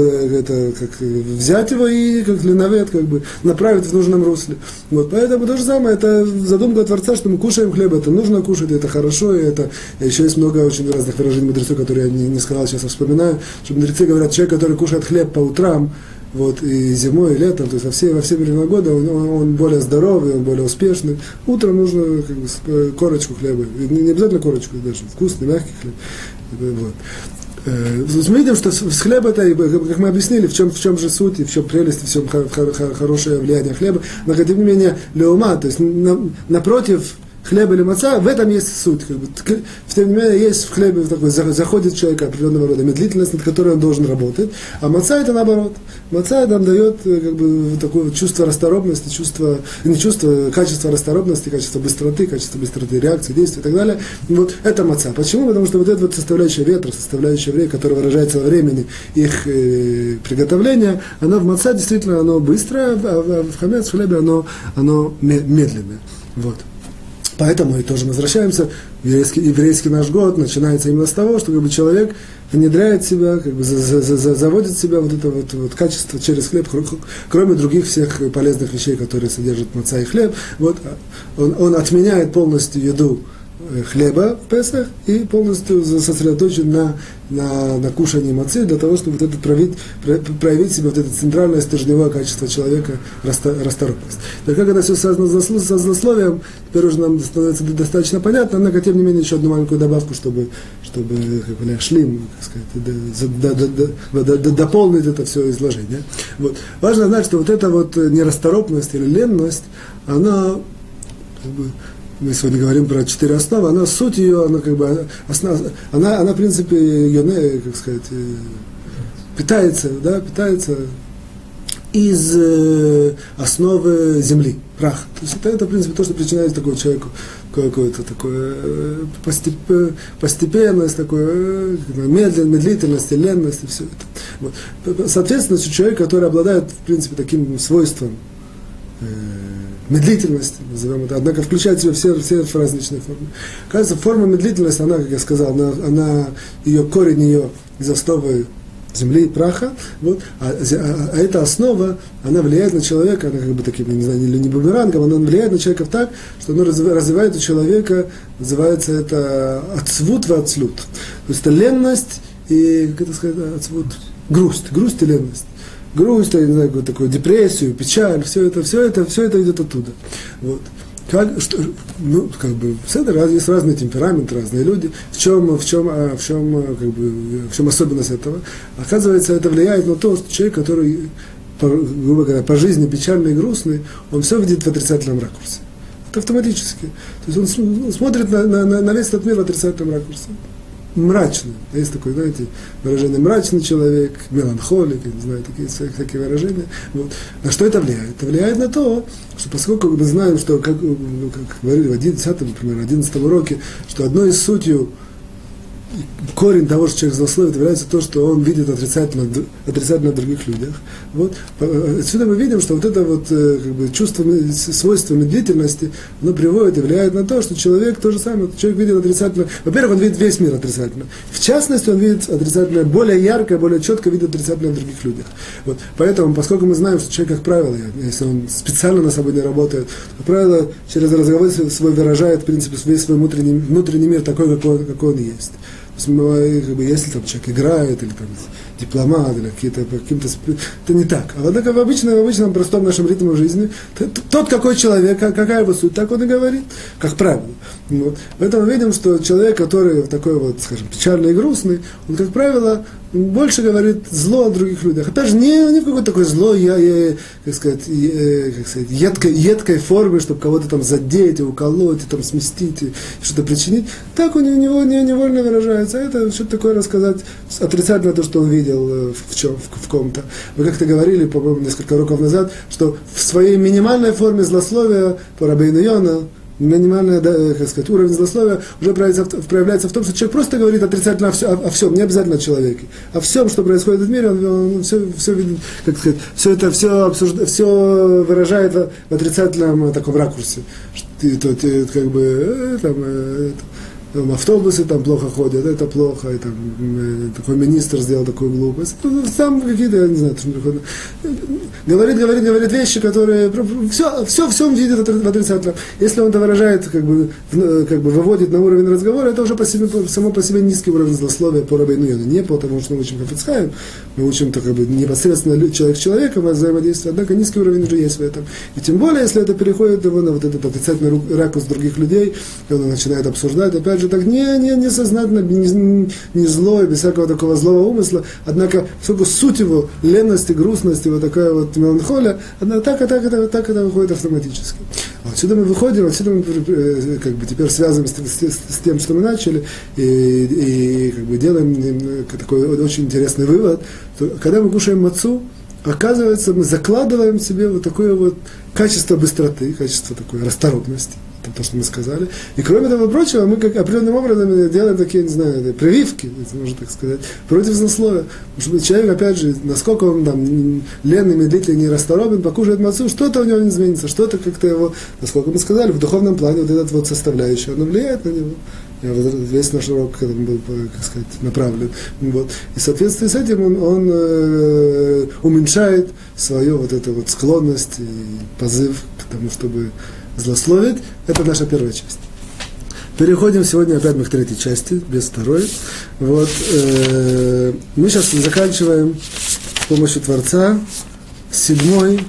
взять его и как ленавет, как бы, направить в нужном русле. Вот, поэтому то же самое, это задумка Творца, что мы кушаем хлеб, это нужно кушать, это хорошо, и это еще есть много очень разных выражений мудрецов, которые я не сказал, сейчас вспоминаю, что мудрецы говорят, человек, который кушает хлеб по утрам, вот, и зимой, и летом, то есть во все времена года он более здоровый, он более успешный. Утром нужно как бы, корочку хлеба, не обязательно корочку, даже вкусный, мягкий хлеб. Вот. Мы видим, что с хлеба-то, как мы объяснили, в чем же суть, и в чем прелесть, в чем хорошее влияние хлеба, но тем не менее леума, то есть напротив хлеба или маца, в этом есть суть. Как бы, тем не менее, есть в хлебе такой, заходит человек определенного рода медлительность, над которой он должен работать, а маца это наоборот. Маца нам дает как бы, такое чувство расторопности, качество расторопности, качество быстроты реакции, действий и так далее. Вот это маца. Почему? Потому что вот эта вот составляющая ветра, составляющая время, которая выражается во времени их приготовления, она в маца действительно оно быстрое, а в хамец, в хлебе оно медленное. Вот. Поэтому и тоже возвращаемся, еврейский наш год начинается именно с того, что как бы, человек внедряет себя, как бы, заводит в себя вот это вот качество через хлеб, кроме других всех полезных вещей, которые содержат маца и хлеб. Вот, он отменяет полностью еду хлеба в Песах и полностью сосредоточен на кушании мацы для того, чтобы вот это проявить себе вот это центральное стержневое качество человека, расторопность. Так как это все связано со злословием, теперь уже нам становится достаточно понятно, однако тем не менее еще одну маленькую добавку, чтобы как бы, шлим, так сказать, дополнить это все изложение. Вот. Важно знать, что вот эта вот нерасторопность или ленность, она как бы, мы сегодня говорим про 4 основы, она суть ее, она как бы, она в принципе, ее, как сказать, питается из основы земли, праха. То есть это в принципе, то, что причиняет такому человеку какое-то такое постепенность, такое медлительность, ленность и все это. Вот. Соответственно, человек, который обладает, в принципе, таким свойством, медлительность, назовем это, однако включает в себя все различные формы. Кажется, форма медлительности, она, как я сказал, корень ее из основы земли и праха, вот, а эта основа, она влияет на человека, она как бы таким, не знаю, или не бумерангом, она влияет на человека так, что она развивает у человека, называется это ацвут ва ацлют. То есть это ленность и, как это сказать, ацвут, грусть и ленность. Грусть, я не знаю, такую депрессию, печаль, все это идет оттуда. Вот. Как бы, есть разные темпераменты, разные люди. В чем особенность этого? Оказывается, это влияет на то, что человек, который, грубо говоря, по жизни печальный и грустный, он все видит в отрицательном ракурсе. Это автоматически. То есть он смотрит на весь этот мир в отрицательном ракурсе. Мрачный. Есть такое, знаете, выражение «мрачный человек», «меланхолик», я не знаю, такие всякие выражения. Вот. На что это влияет? Это влияет на то, что поскольку мы знаем, что, как говорили в 11 уроке, что одной из сутью корень того, что человек злословит, является то, что он видит отрицательно в других людях. Вот. Отсюда мы видим, что вот это вот, как бы, чувство, свойство медлительности, оно приводит и влияет на то, что человек то же самое, человек видит отрицательно. Во-первых, он видит весь мир отрицательно. В частности, он видит отрицательное, более ярко, более четко видит отрицательное в других людях. Вот. Поэтому, поскольку мы знаем, что человек, как правило, если он специально на собой не работает, как правило, через разговор свой выражает, в принципе, весь свой внутренний мир такой, какой он есть. Как бы, если там человек играет, или там дипломат, или каким-то, это не так. А однако в обычном простом нашем ритме жизни, тот какой человек, какая его суть, так он и говорит, как правило. Вот. Поэтому мы видим, что человек, который такой вот, скажем, печальный и грустный, он, как правило, больше говорит зло о других людях. Опять же, не в какой-то такой злой, как сказать, едкой форме, чтобы кого-то там задеть, уколоть, и там сместить, и что-то причинить. Так у него невольно выражается. А это что-то такое рассказать отрицательно то, что он видел в ком-то. Вы как-то говорили, по-моему, несколько уроков назад, что в своей минимальной форме злословия по Рабейну Йона, минимальный, как сказать, уровень злословия уже проявляется в том, что человек просто говорит отрицательно о всем, не обязательно о человеке. О всем, что происходит в мире, он все видит, как сказать, все выражает в отрицательном таком ракурсе. Как бы, автобусы там плохо ходят, это плохо, и там такой министр сделал такую глупость. Там какие-то, я не знаю, говорит вещи, которые все он видит в отрицательном. Если он это выражает, как бы выводит на уровень разговора, это уже само по себе низкий уровень злословия по Рабейну Йону. Не потому, что мы учим Хафец Хаим, мы учим как бы непосредственно человек с человеком, а взаимодействие, однако низкий уровень уже есть в этом. И тем более, если это переходит его на вот этот отрицательный ракурс других людей, и он начинает обсуждать, опять же, так не сознательно, не зло, без всякого такого злого умысла, однако суть его ленности, грустности, вот такая вот меланхолия, так это выходит автоматически. Отсюда мы выходим, отсюда мы как бы теперь связываем с тем, что мы начали, и как бы делаем такой очень интересный вывод, что когда мы кушаем мацу, оказывается, мы закладываем в себе вот такое вот качество быстроты, качество такой расторопности. Это то, что мы сказали. И кроме того прочего, мы как определенным образом делаем такие, не знаю, прививки, если можно так сказать, против злословия. Потому что человек, опять же, насколько он там ленный, медлительный, нерасторопен, покушает мацу, что-то у него не изменится, что-то как-то его, насколько мы сказали, в духовном плане вот этот вот составляющий, оно влияет на него. Весь наш урок к этому был, как сказать, направлен. Вот. И в соответствии с этим он уменьшает свою вот эту вот склонность и позыв к тому, чтобы злословить. Это наша первая часть. Переходим сегодня опять мы к третьей части, без второй. Вот, мы сейчас заканчиваем с помощью Творца седьмой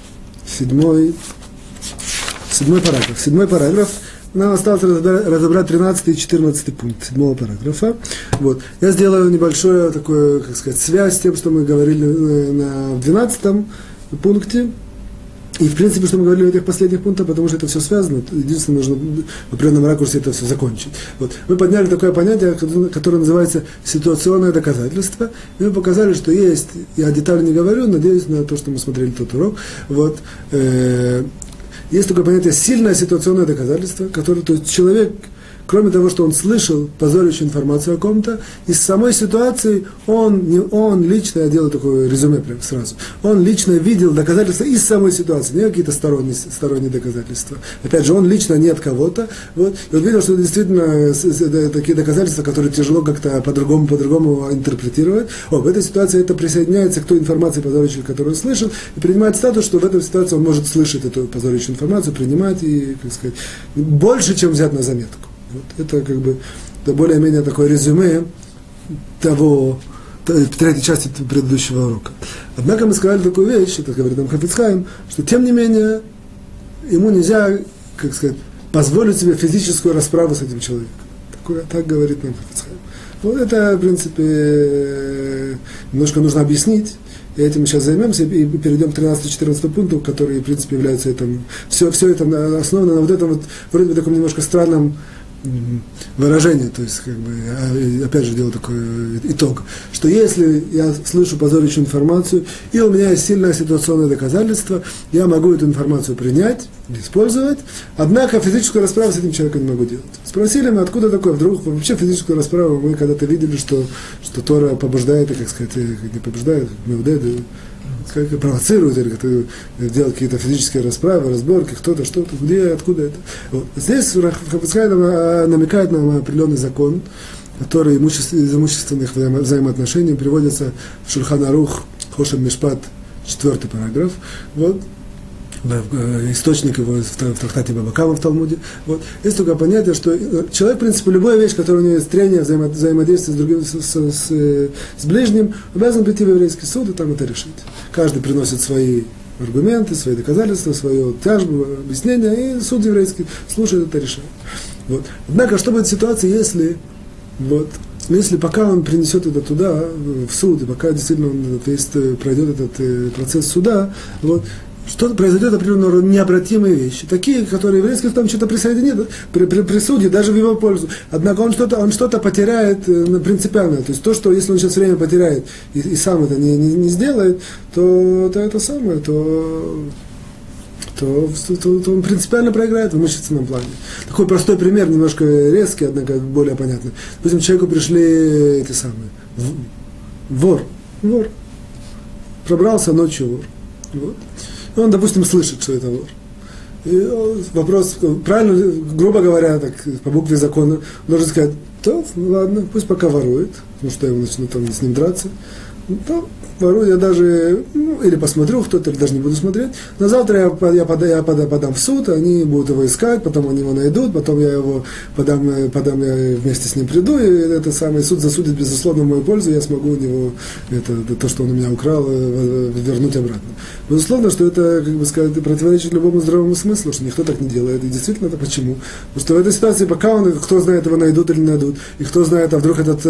параграф. Нам осталось разобрать 13 и 14 пункт 7 параграфа. Вот. Я сделаю небольшую такую, как сказать, связь с тем, что мы говорили в 12 пункте. И, в принципе, что мы говорили в этих последних пунктах, потому что это все связано. Единственное, нужно в определенном ракурсе это все закончить. Вот. Мы подняли такое понятие, которое называется ситуационное доказательство. И мы показали, что есть, я детально не говорю, надеюсь на то, что мы смотрели тот урок. Вот. Есть такое понятие сильное ситуационное доказательство, которое, то есть человек, кроме того, что он слышал позорящую информацию о ком-то, из самой ситуации он лично, я делаю такое резюме прямо сразу, он лично видел доказательства из самой ситуации, не какие-то сторонние доказательства. Опять же, он лично не от кого-то, вот, и он видел, что это действительно такие доказательства, которые тяжело как-то по-другому интерпретировать. В этой ситуации это присоединяется к той информации позорящей, которую он слышал, и принимает статус, что в этой ситуации он может слышать эту позорящую информацию, принимать и, как сказать, больше, чем взять на заметку. Вот. Это как бы это более-менее такое резюме третьей части предыдущего урока. Однако мы сказали такую вещь, это говорит нам Хафец Хаим, что тем не менее ему нельзя, как сказать, позволить себе физическую расправу с этим человеком. Так говорит нам Хафец Хаим. Вот это, в принципе, немножко нужно объяснить. И этим мы сейчас займемся и перейдем к 13-14 пункту, который, в принципе, является этим. Все это основано на вот этом вот, вроде бы таком немножко странном выражение, то есть, как бы, опять же, делаю такой итог, что если я слышу позорящую информацию, и у меня есть сильное ситуационное доказательство, я могу эту информацию принять, использовать, однако физическую расправу с этим человеком не могу делать. Спросили мы, откуда такое, вдруг вообще физическую расправу, мы когда-то видели, что Тора побуждает, как сказать, не побуждает, как провоцирует, или как-то делает какие-то физические расправы, разборки, кто-то, что-то, где, откуда это. Вот. Здесь Хафец Хаим намекает на определенный закон, который из имущественных взаимоотношений приводится в Шульхан Арух, Хошем Мишпат, 4 параграф. Вот. Источник его в трактате Баба Кама в Талмуде. Вот. Есть такое понятие, что человек, в принципе, любая вещь, которая у него есть трение, взаимодействие с другим, с ближним, обязан прийти в еврейский суд и там это решить. Каждый приносит свои аргументы, свои доказательства, свою тяжбу, объяснение, и суд еврейский слушает это, решает. Вот. Однако, что будет в ситуации, если пока он принесет это туда, в суд, и пока действительно он пройдет этот процесс суда, вот, что произойдет определенные необратимые вещи, такие, которые еврейский там что-то присоединит при суде, даже в его пользу. Однако он что-то потеряет принципиально. То есть то, что если он сейчас время потеряет и сам это не сделает, то это самое, то он принципиально проиграет в имущественном плане. Такой простой пример, немножко резкий, однако более понятный. Допустим, человеку пришли эти самые вор. Пробрался ночью вор. Вот. Он, допустим, слышит, что это вор. Вопрос, правильно, грубо говоря, так, по букве закона, должен сказать, то, ладно, пусть пока ворует, потому что я начну там с ним драться, то ворую я даже, или посмотрю кто-то, или даже не буду смотреть, но завтра я подам в суд, они будут его искать, потом они его найдут, потом я его подам я вместе с ним приду, и это самый суд засудит, безусловно, в мою пользу, я смогу у него то, что он у меня украл, вернуть обратно. Безусловно, что это, как бы сказать, противоречит любому здравому смыслу, что никто так не делает, и действительно это почему? Потому что в этой ситуации, пока он, кто знает, его найдут или не найдут, и кто знает, а вдруг этот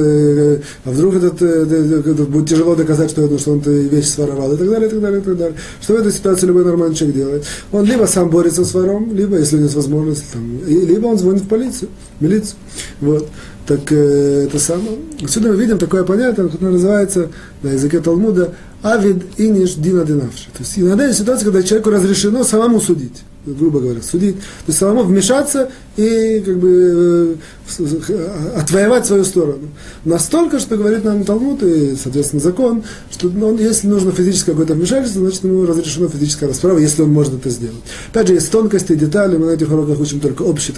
будет тяжело доказать, что он эту вещь своровал, и так далее, и так далее, и так далее. Что в этой ситуации любой нормальный человек делает? Он либо сам борется с вором, либо, если у него есть возможность, либо он звонит в полицию, милицию. Вот. Так это самое. Отсюда мы видим такое понятие, которое называется на языке Талмуда «авид иниш дина динавши». То есть иногда есть ситуация, когда человеку разрешено самому судить, грубо говоря, судить, то есть самому вмешаться и как бы отвоевать свою сторону. Настолько, что говорит нам Талмуд и, соответственно, закон, что если нужно физическое какое-то вмешательство, значит ему разрешено физическая расправа, если он может это сделать. Опять же, есть тонкости, детали, мы на этих уроках учим только общий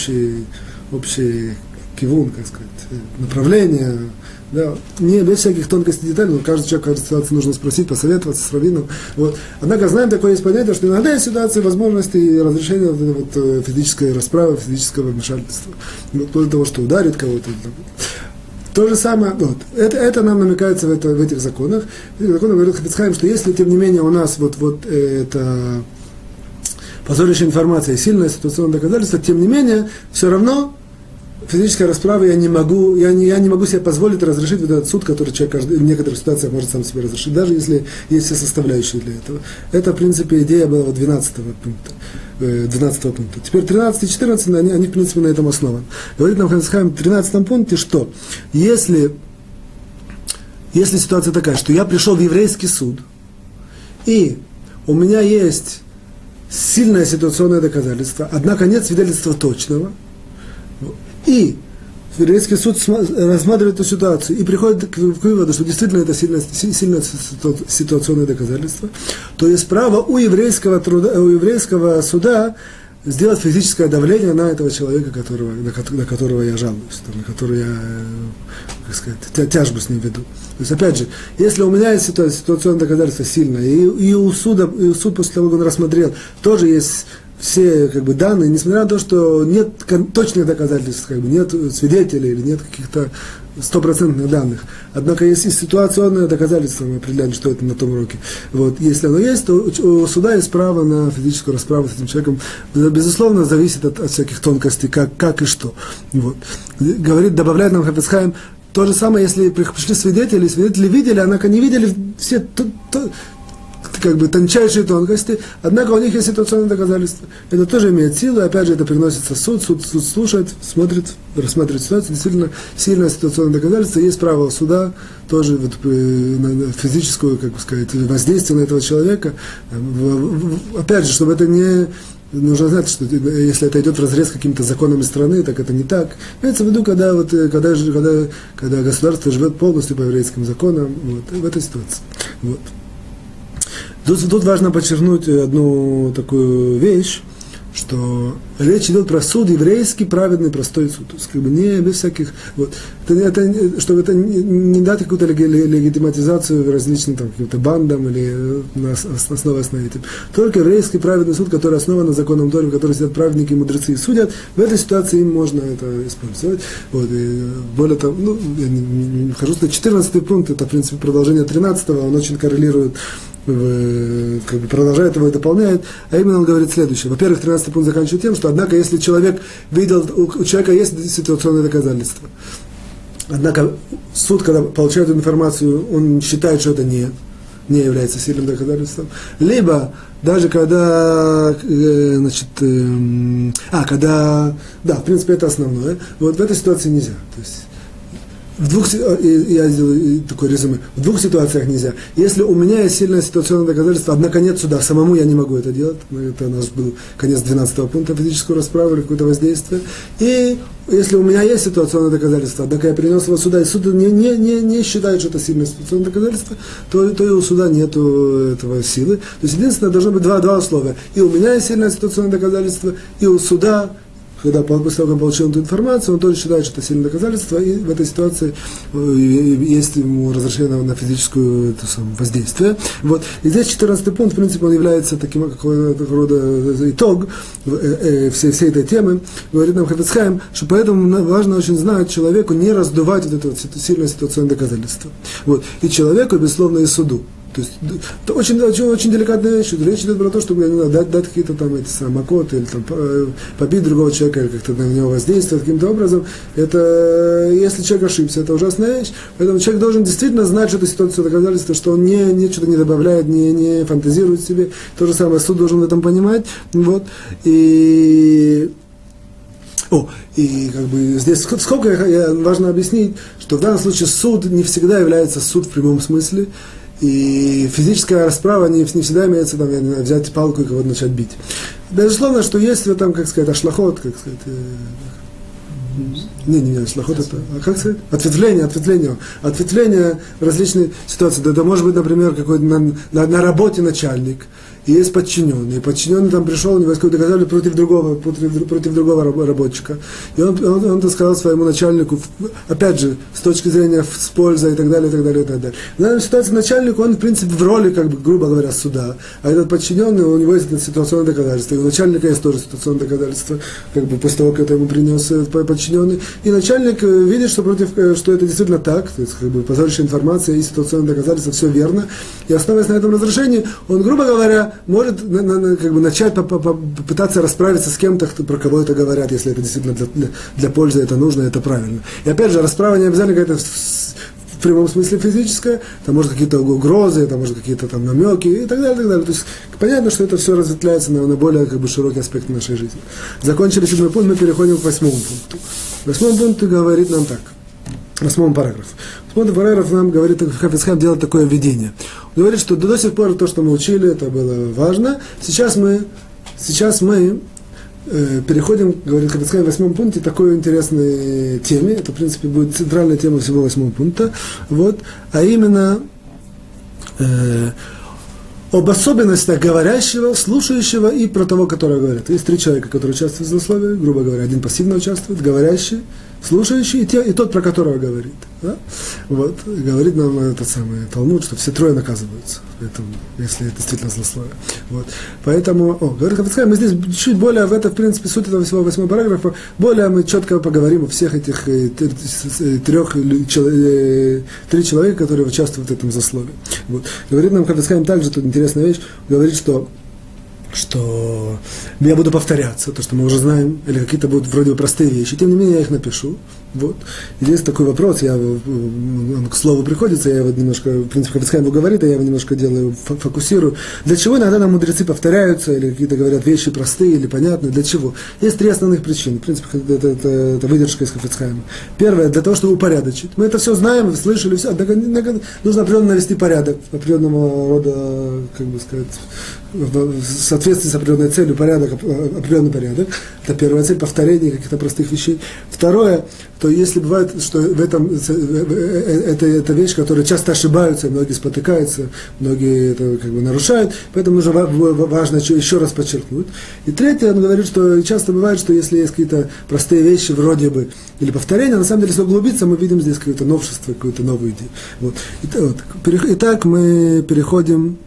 кивун, как сказать, направление, да, не без всяких тонкостей и деталей, но каждый человек, каждой ситуации нужно спросить, посоветоваться с раввином. Вот. Однако знаем, такое есть понятие, что иногда есть ситуации, возможности и разрешения физической расправы, физического вмешательства. Вплоть до того, что ударит кого-то. То же самое, вот, это нам намекается в этих законах. В этих законах говорит Хафец Хаим, что если, тем не менее, у нас это позорящая информация и сильное ситуационное доказательство, тем не менее, все равно физическая расправа я не могу себе позволить разрешить вот этот суд, который человек в некоторых ситуациях может сам себе разрешить, даже если есть все составляющие для этого. Это, в принципе, идея была 12 пункта. Теперь 13 и 14, они в принципе, на этом основаны. Говорит нам Хафец Хаим в 13 пункте, что если ситуация такая, что я пришел в еврейский суд, и у меня есть сильное ситуационное доказательство, однако нет свидетельства точного, и еврейский суд рассматривает эту ситуацию и приходит к выводу, что действительно это сильное ситуационное доказательство, то есть право у еврейского суда сделать физическое давление на этого человека, на которого я жалуюсь, на которого я, как сказать, тяжбу с ним веду. То есть, опять же, если у меня есть ситуационное доказательство сильное, и у суда, после того, как он рассмотрел, тоже есть все как бы данные, несмотря на то, что нет точных доказательств, как бы, нет свидетелей или нет каких-то стопроцентных данных. Однако есть и ситуационное доказательство, мы определяем, что это на том уроке. Вот. Если оно есть, то у суда есть право на физическую расправу с этим человеком. Безусловно, зависит от всяких тонкостей, как и что. Вот. Добавляет нам Хафец Хаим, то же самое, если пришли свидетели видели, однако не видели все как бы тончайшие тонкости, однако у них есть ситуационные доказательства. Это тоже имеет силу, и опять же это приносится в суд слушает, смотрит, рассматривает ситуацию, действительно сильное ситуационное доказательство, есть право суда тоже на физическую, как бы сказать, воздействие на этого человека. Опять же, чтобы это не... Нужно знать, что если это идет вразрез с какими-то законами страны, так это не так. Имеется в виду, когда государство живет полностью по еврейским законам, вот, в этой ситуации. Вот. Тут важно подчеркнуть одну такую вещь, что речь идет про суд еврейский, праведный, простой суд. То есть, как бы не без всяких... Вот, чтобы это не дать какую-то легитиматизацию различным там, каким-то бандам или основываясь на этим. Только еврейский праведный суд, который основан на законном Торе, в котором сидят праведники и мудрецы и судят, в этой ситуации им можно это использовать. Вот, и более того, я не вхожу на 14 пункт, это, в принципе, продолжение 13-го, он очень коррелирует, как бы продолжает его и дополняет, а именно он говорит следующее. Во-первых, 13 пункт заканчивает тем, что, однако, если человек видел, у человека есть ситуационные доказательства, однако суд, когда получает эту информацию, он считает, что это не является сильным доказательством, либо даже когда, в принципе, это основное, вот в этой ситуации нельзя. То есть, я сделаю такое резюме, в двух ситуациях нельзя. Если у меня есть сильное ситуационное доказательство, однако нет суда, самому я не могу это делать, это у нас был конец 12 пункта физическую расправу или какое-то воздействие, и если у меня есть ситуационное доказательство, однако я перенес его сюда, и суд не считает, что это сильное ситуационное доказательство, то и у суда нет этого силы. То есть единственное, должно быть два условия. И у меня есть сильное ситуационное доказательство, и у суда, когда после того, как он получил эту информацию, он тоже считает, что это сильное доказательство, и в этой ситуации есть ему разрешение на физическое воздействие. Вот. И здесь 14 пункт, в принципе, он является таким какого-то рода итог всей этой темы. Говорит нам Хафец Хаим, что поэтому важно очень знать человеку не раздувать вот это вот сильное ситуационное доказательство. Вот. И человеку, безусловно, и суду. То есть это очень деликатная вещь. Речь идет про то, чтобы дать какие-то там макоты, или там, побить другого человека, или как-то на него воздействовать каким-то образом. Это, если человек ошибся, это ужасная вещь. Поэтому человек должен действительно знать, что это ситуация доказательства, что он что-то не добавляет, не фантазирует себе. То же самое суд должен в этом понимать. Вот. И как бы здесь сколько важно объяснить, что в данном случае суд не всегда является суд в прямом смысле. И физическая расправа не всегда имеется, там, я не знаю, взять палку и кого-то начать бить. Безусловно, что есть в этом, как сказать, ашлахот, как сказать, не ашлахот, это, как сказать, ответвление в различные ситуации. Это может быть, например, какой-то на работе начальник, и есть подчиненный. И подчиненный там пришел, у него есть какое-то доказательство против другого рабочика. И он сказал своему начальнику, опять же, с точки зрения с пользой и так далее, и так далее, и так далее. В данной ситуации начальник, он, в принципе, в роли, как бы, грубо говоря, суда. А этот подчиненный, у него есть это ситуационное доказательство. И у начальника есть тоже ситуационное доказательство, как бы после того, как это ему принес подчиненный. И начальник видит, что это действительно так, то есть, как бы, позорящая информация и ситуационное доказательство, все верно. И основываясь на этом разрешении, он, грубо говоря, может как бы начать попытаться расправиться с кем-то, про кого это говорят, если это действительно для пользы, это нужно, это правильно. И опять же, расправа не обязательно какая-то в прямом смысле физическая, там может какие-то угрозы, там может какие-то там намеки и так далее, и так далее. То есть понятно, что это все разветвляется на более как бы широкий аспект нашей жизни. Закончили 7 пункт, мы переходим к 8 пункту. 8 пункт говорит нам так. 8 параграф. 8 параграф нам говорит, Хафец Хаим делает такое введение. Он говорит, что до сих пор то, что мы учили, это было важно. Сейчас мы переходим, говорит Хафец Хаим в 8 пункте, такой интересной теме. Это, в принципе, будет центральная тема всего 8 пункта. Вот. А именно об особенностях говорящего, слушающего и про того, который говорит. Есть 3 человека, которые участвуют в злословии, грубо говоря, один пассивно участвует, говорящий, слушающий и тот, про которого говорит. Да? Вот. Говорит нам этот самый Талмуд, что все 3 наказываются, поэтому, если это действительно злословие. Вот. Поэтому, говорит Хафец Хаим, мы здесь чуть более, в это, в принципе, суть этого всего 8 параграфа, более мы четко поговорим о всех этих 3 человека, которые участвуют в этом злословии. Вот. Говорит нам Хафец Хаим также, тут интересная вещь, говорит, что я буду повторяться, то, что мы уже знаем, или какие-то будут вроде бы простые вещи, тем не менее я их напишу. Вот. И здесь такой вопрос, он к слову приходится, я его немножко, в принципе, Хафец Хаим его говорит, а я его немножко делаю, фокусирую. Для чего иногда нам мудрецы повторяются, или какие-то говорят вещи простые или понятные, для чего? Есть 3 основных причины, в принципе, это выдержка из Хафец Хаима. Первое, для того, чтобы упорядочить. Мы это все знаем, слышали, все, нужно определенно навести порядок, определенного рода, как бы сказать, в соответствии с определенной целью, определенный порядок. Это первая цель, повторение каких-то простых вещей. Второе, то если бывает, что в этом это вещь, которая часто ошибаются, многие спотыкаются, многие это как бы нарушают, поэтому нужно важно еще раз подчеркнуть. И третье, он говорит, что часто бывает, что если есть какие-то простые вещи вроде бы, или повторения, на самом деле, если углубиться, мы видим здесь какое-то новшество, какую-то новую идею. Вот. Итак, мы переходим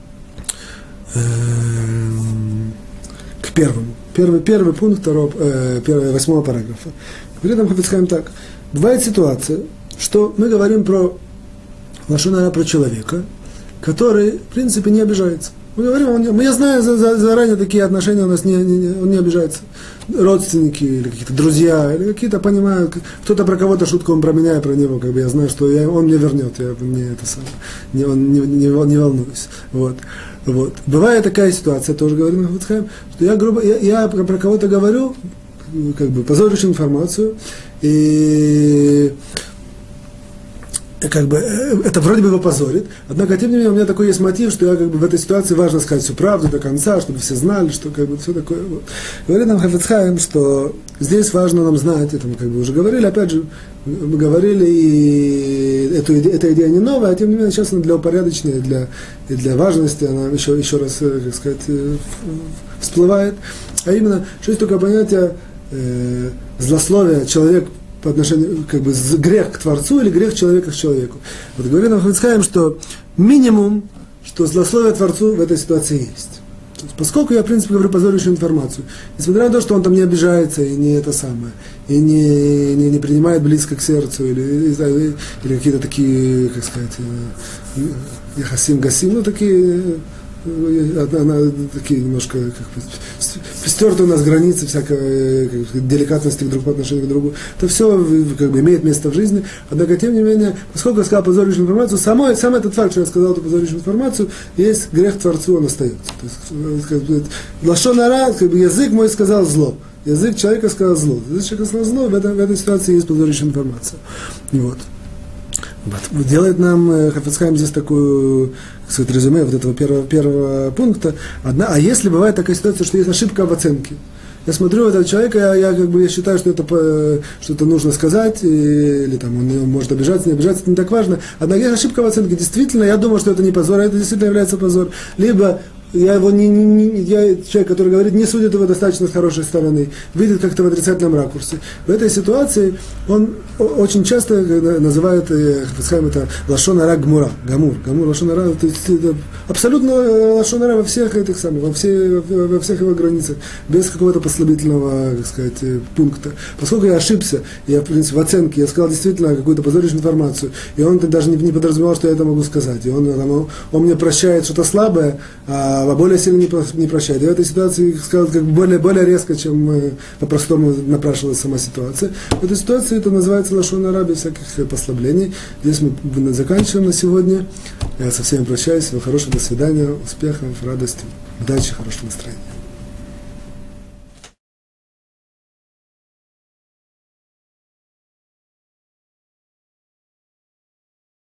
к первому. Первый пункт 8 параграфа. Говорит нам Хафец Хаим так. Бывает ситуация, что мы говорим про лашон ара, про человека, который, в принципе, не обижается. Мы говорим, я знаю заранее такие отношения, он не обижается. Родственники, или какие-то друзья, или какие-то понимают, кто-то про кого-то шутку, он про меня и про него, как бы я знаю, что он мне вернет, не волнуюсь. Вот. Бывает такая ситуация, тоже говорим Хафец Хаим, что я про кого-то говорю, как бы позорящую информацию, и как бы, это вроде бы его позорит, однако, тем не менее, у меня такой есть мотив, что я как бы в этой ситуации важно сказать всю правду до конца, чтобы все знали, что как бы все такое. Вот. Говорит нам Хафец Хаим, что здесь важно нам знать, это мы как бы уже говорили, опять же, мы говорили, и эта идея не новая, а тем не менее, сейчас она для упорядочения, для важности, она еще раз, как сказать, всплывает, а именно, что есть такое понятие злословия человек по отношению, как бы, грех к Творцу или грех человека к человеку. Вот говорит нам Хафец Хаим, что минимум, что злословие Творцу в этой ситуации есть. То есть, поскольку я, в принципе, говорю позорящую информацию, несмотря на то, что он там не обижается и не это самое, и не принимает близко к сердцу, или какие-то такие, как сказать, яхасим гасим, ну такие, она такие немножко стерты у нас границы всякой деликатности друг по отношению к другу. Это все как бы имеет место в жизни. Однако, тем не менее, поскольку я сказал позорящую информацию, сам этот факт, что я сказал эту позорящую информацию, есть грех Творцу, он остается. То есть, как бы, лашон ара, как бы, язык мой сказал зло. Язык человека сказал зло. Язык человека сказал зло, в этой ситуации есть позорящая информация. И вот. Делает нам Хафец Хаим здесь такую, так сказать, резюме вот этого первого пункта. А если бывает такая ситуация, что есть ошибка в оценке, я смотрю на этого человека, я как бы я считаю, что это нужно сказать, или там он может обижаться, не обижаться, это не так важно. Однако есть ошибка в оценке. Действительно, я думаю, что это не позор, а это действительно является позор. Либо я его я человек, который говорит, не судит его достаточно с хорошей стороны, видит как-то в отрицательном ракурсе. В этой ситуации он очень часто называет Хафец Хаим это лашон ара гмура, гамур лашон ара, то есть это абсолютно лашон ара во всех этих самых, во всех его границах, без какого-то послабительного, так сказать, пункта. Поскольку я ошибся, я в принципе в оценке, я сказал действительно какую-то позорящую информацию, и он даже не подразумевал, что я это могу сказать, и он мне прощает что-то слабое, а более сильно не прощает. И в этой ситуации, сказал, как более резко, чем по-простому напрашивалась сама ситуация. В этой ситуации это называется лашон ара без всяких послаблений. Здесь мы заканчиваем на сегодня. Я со всеми прощаюсь. Всего хорошего, до свидания, успехов, радости, удачи, хорошего настроения.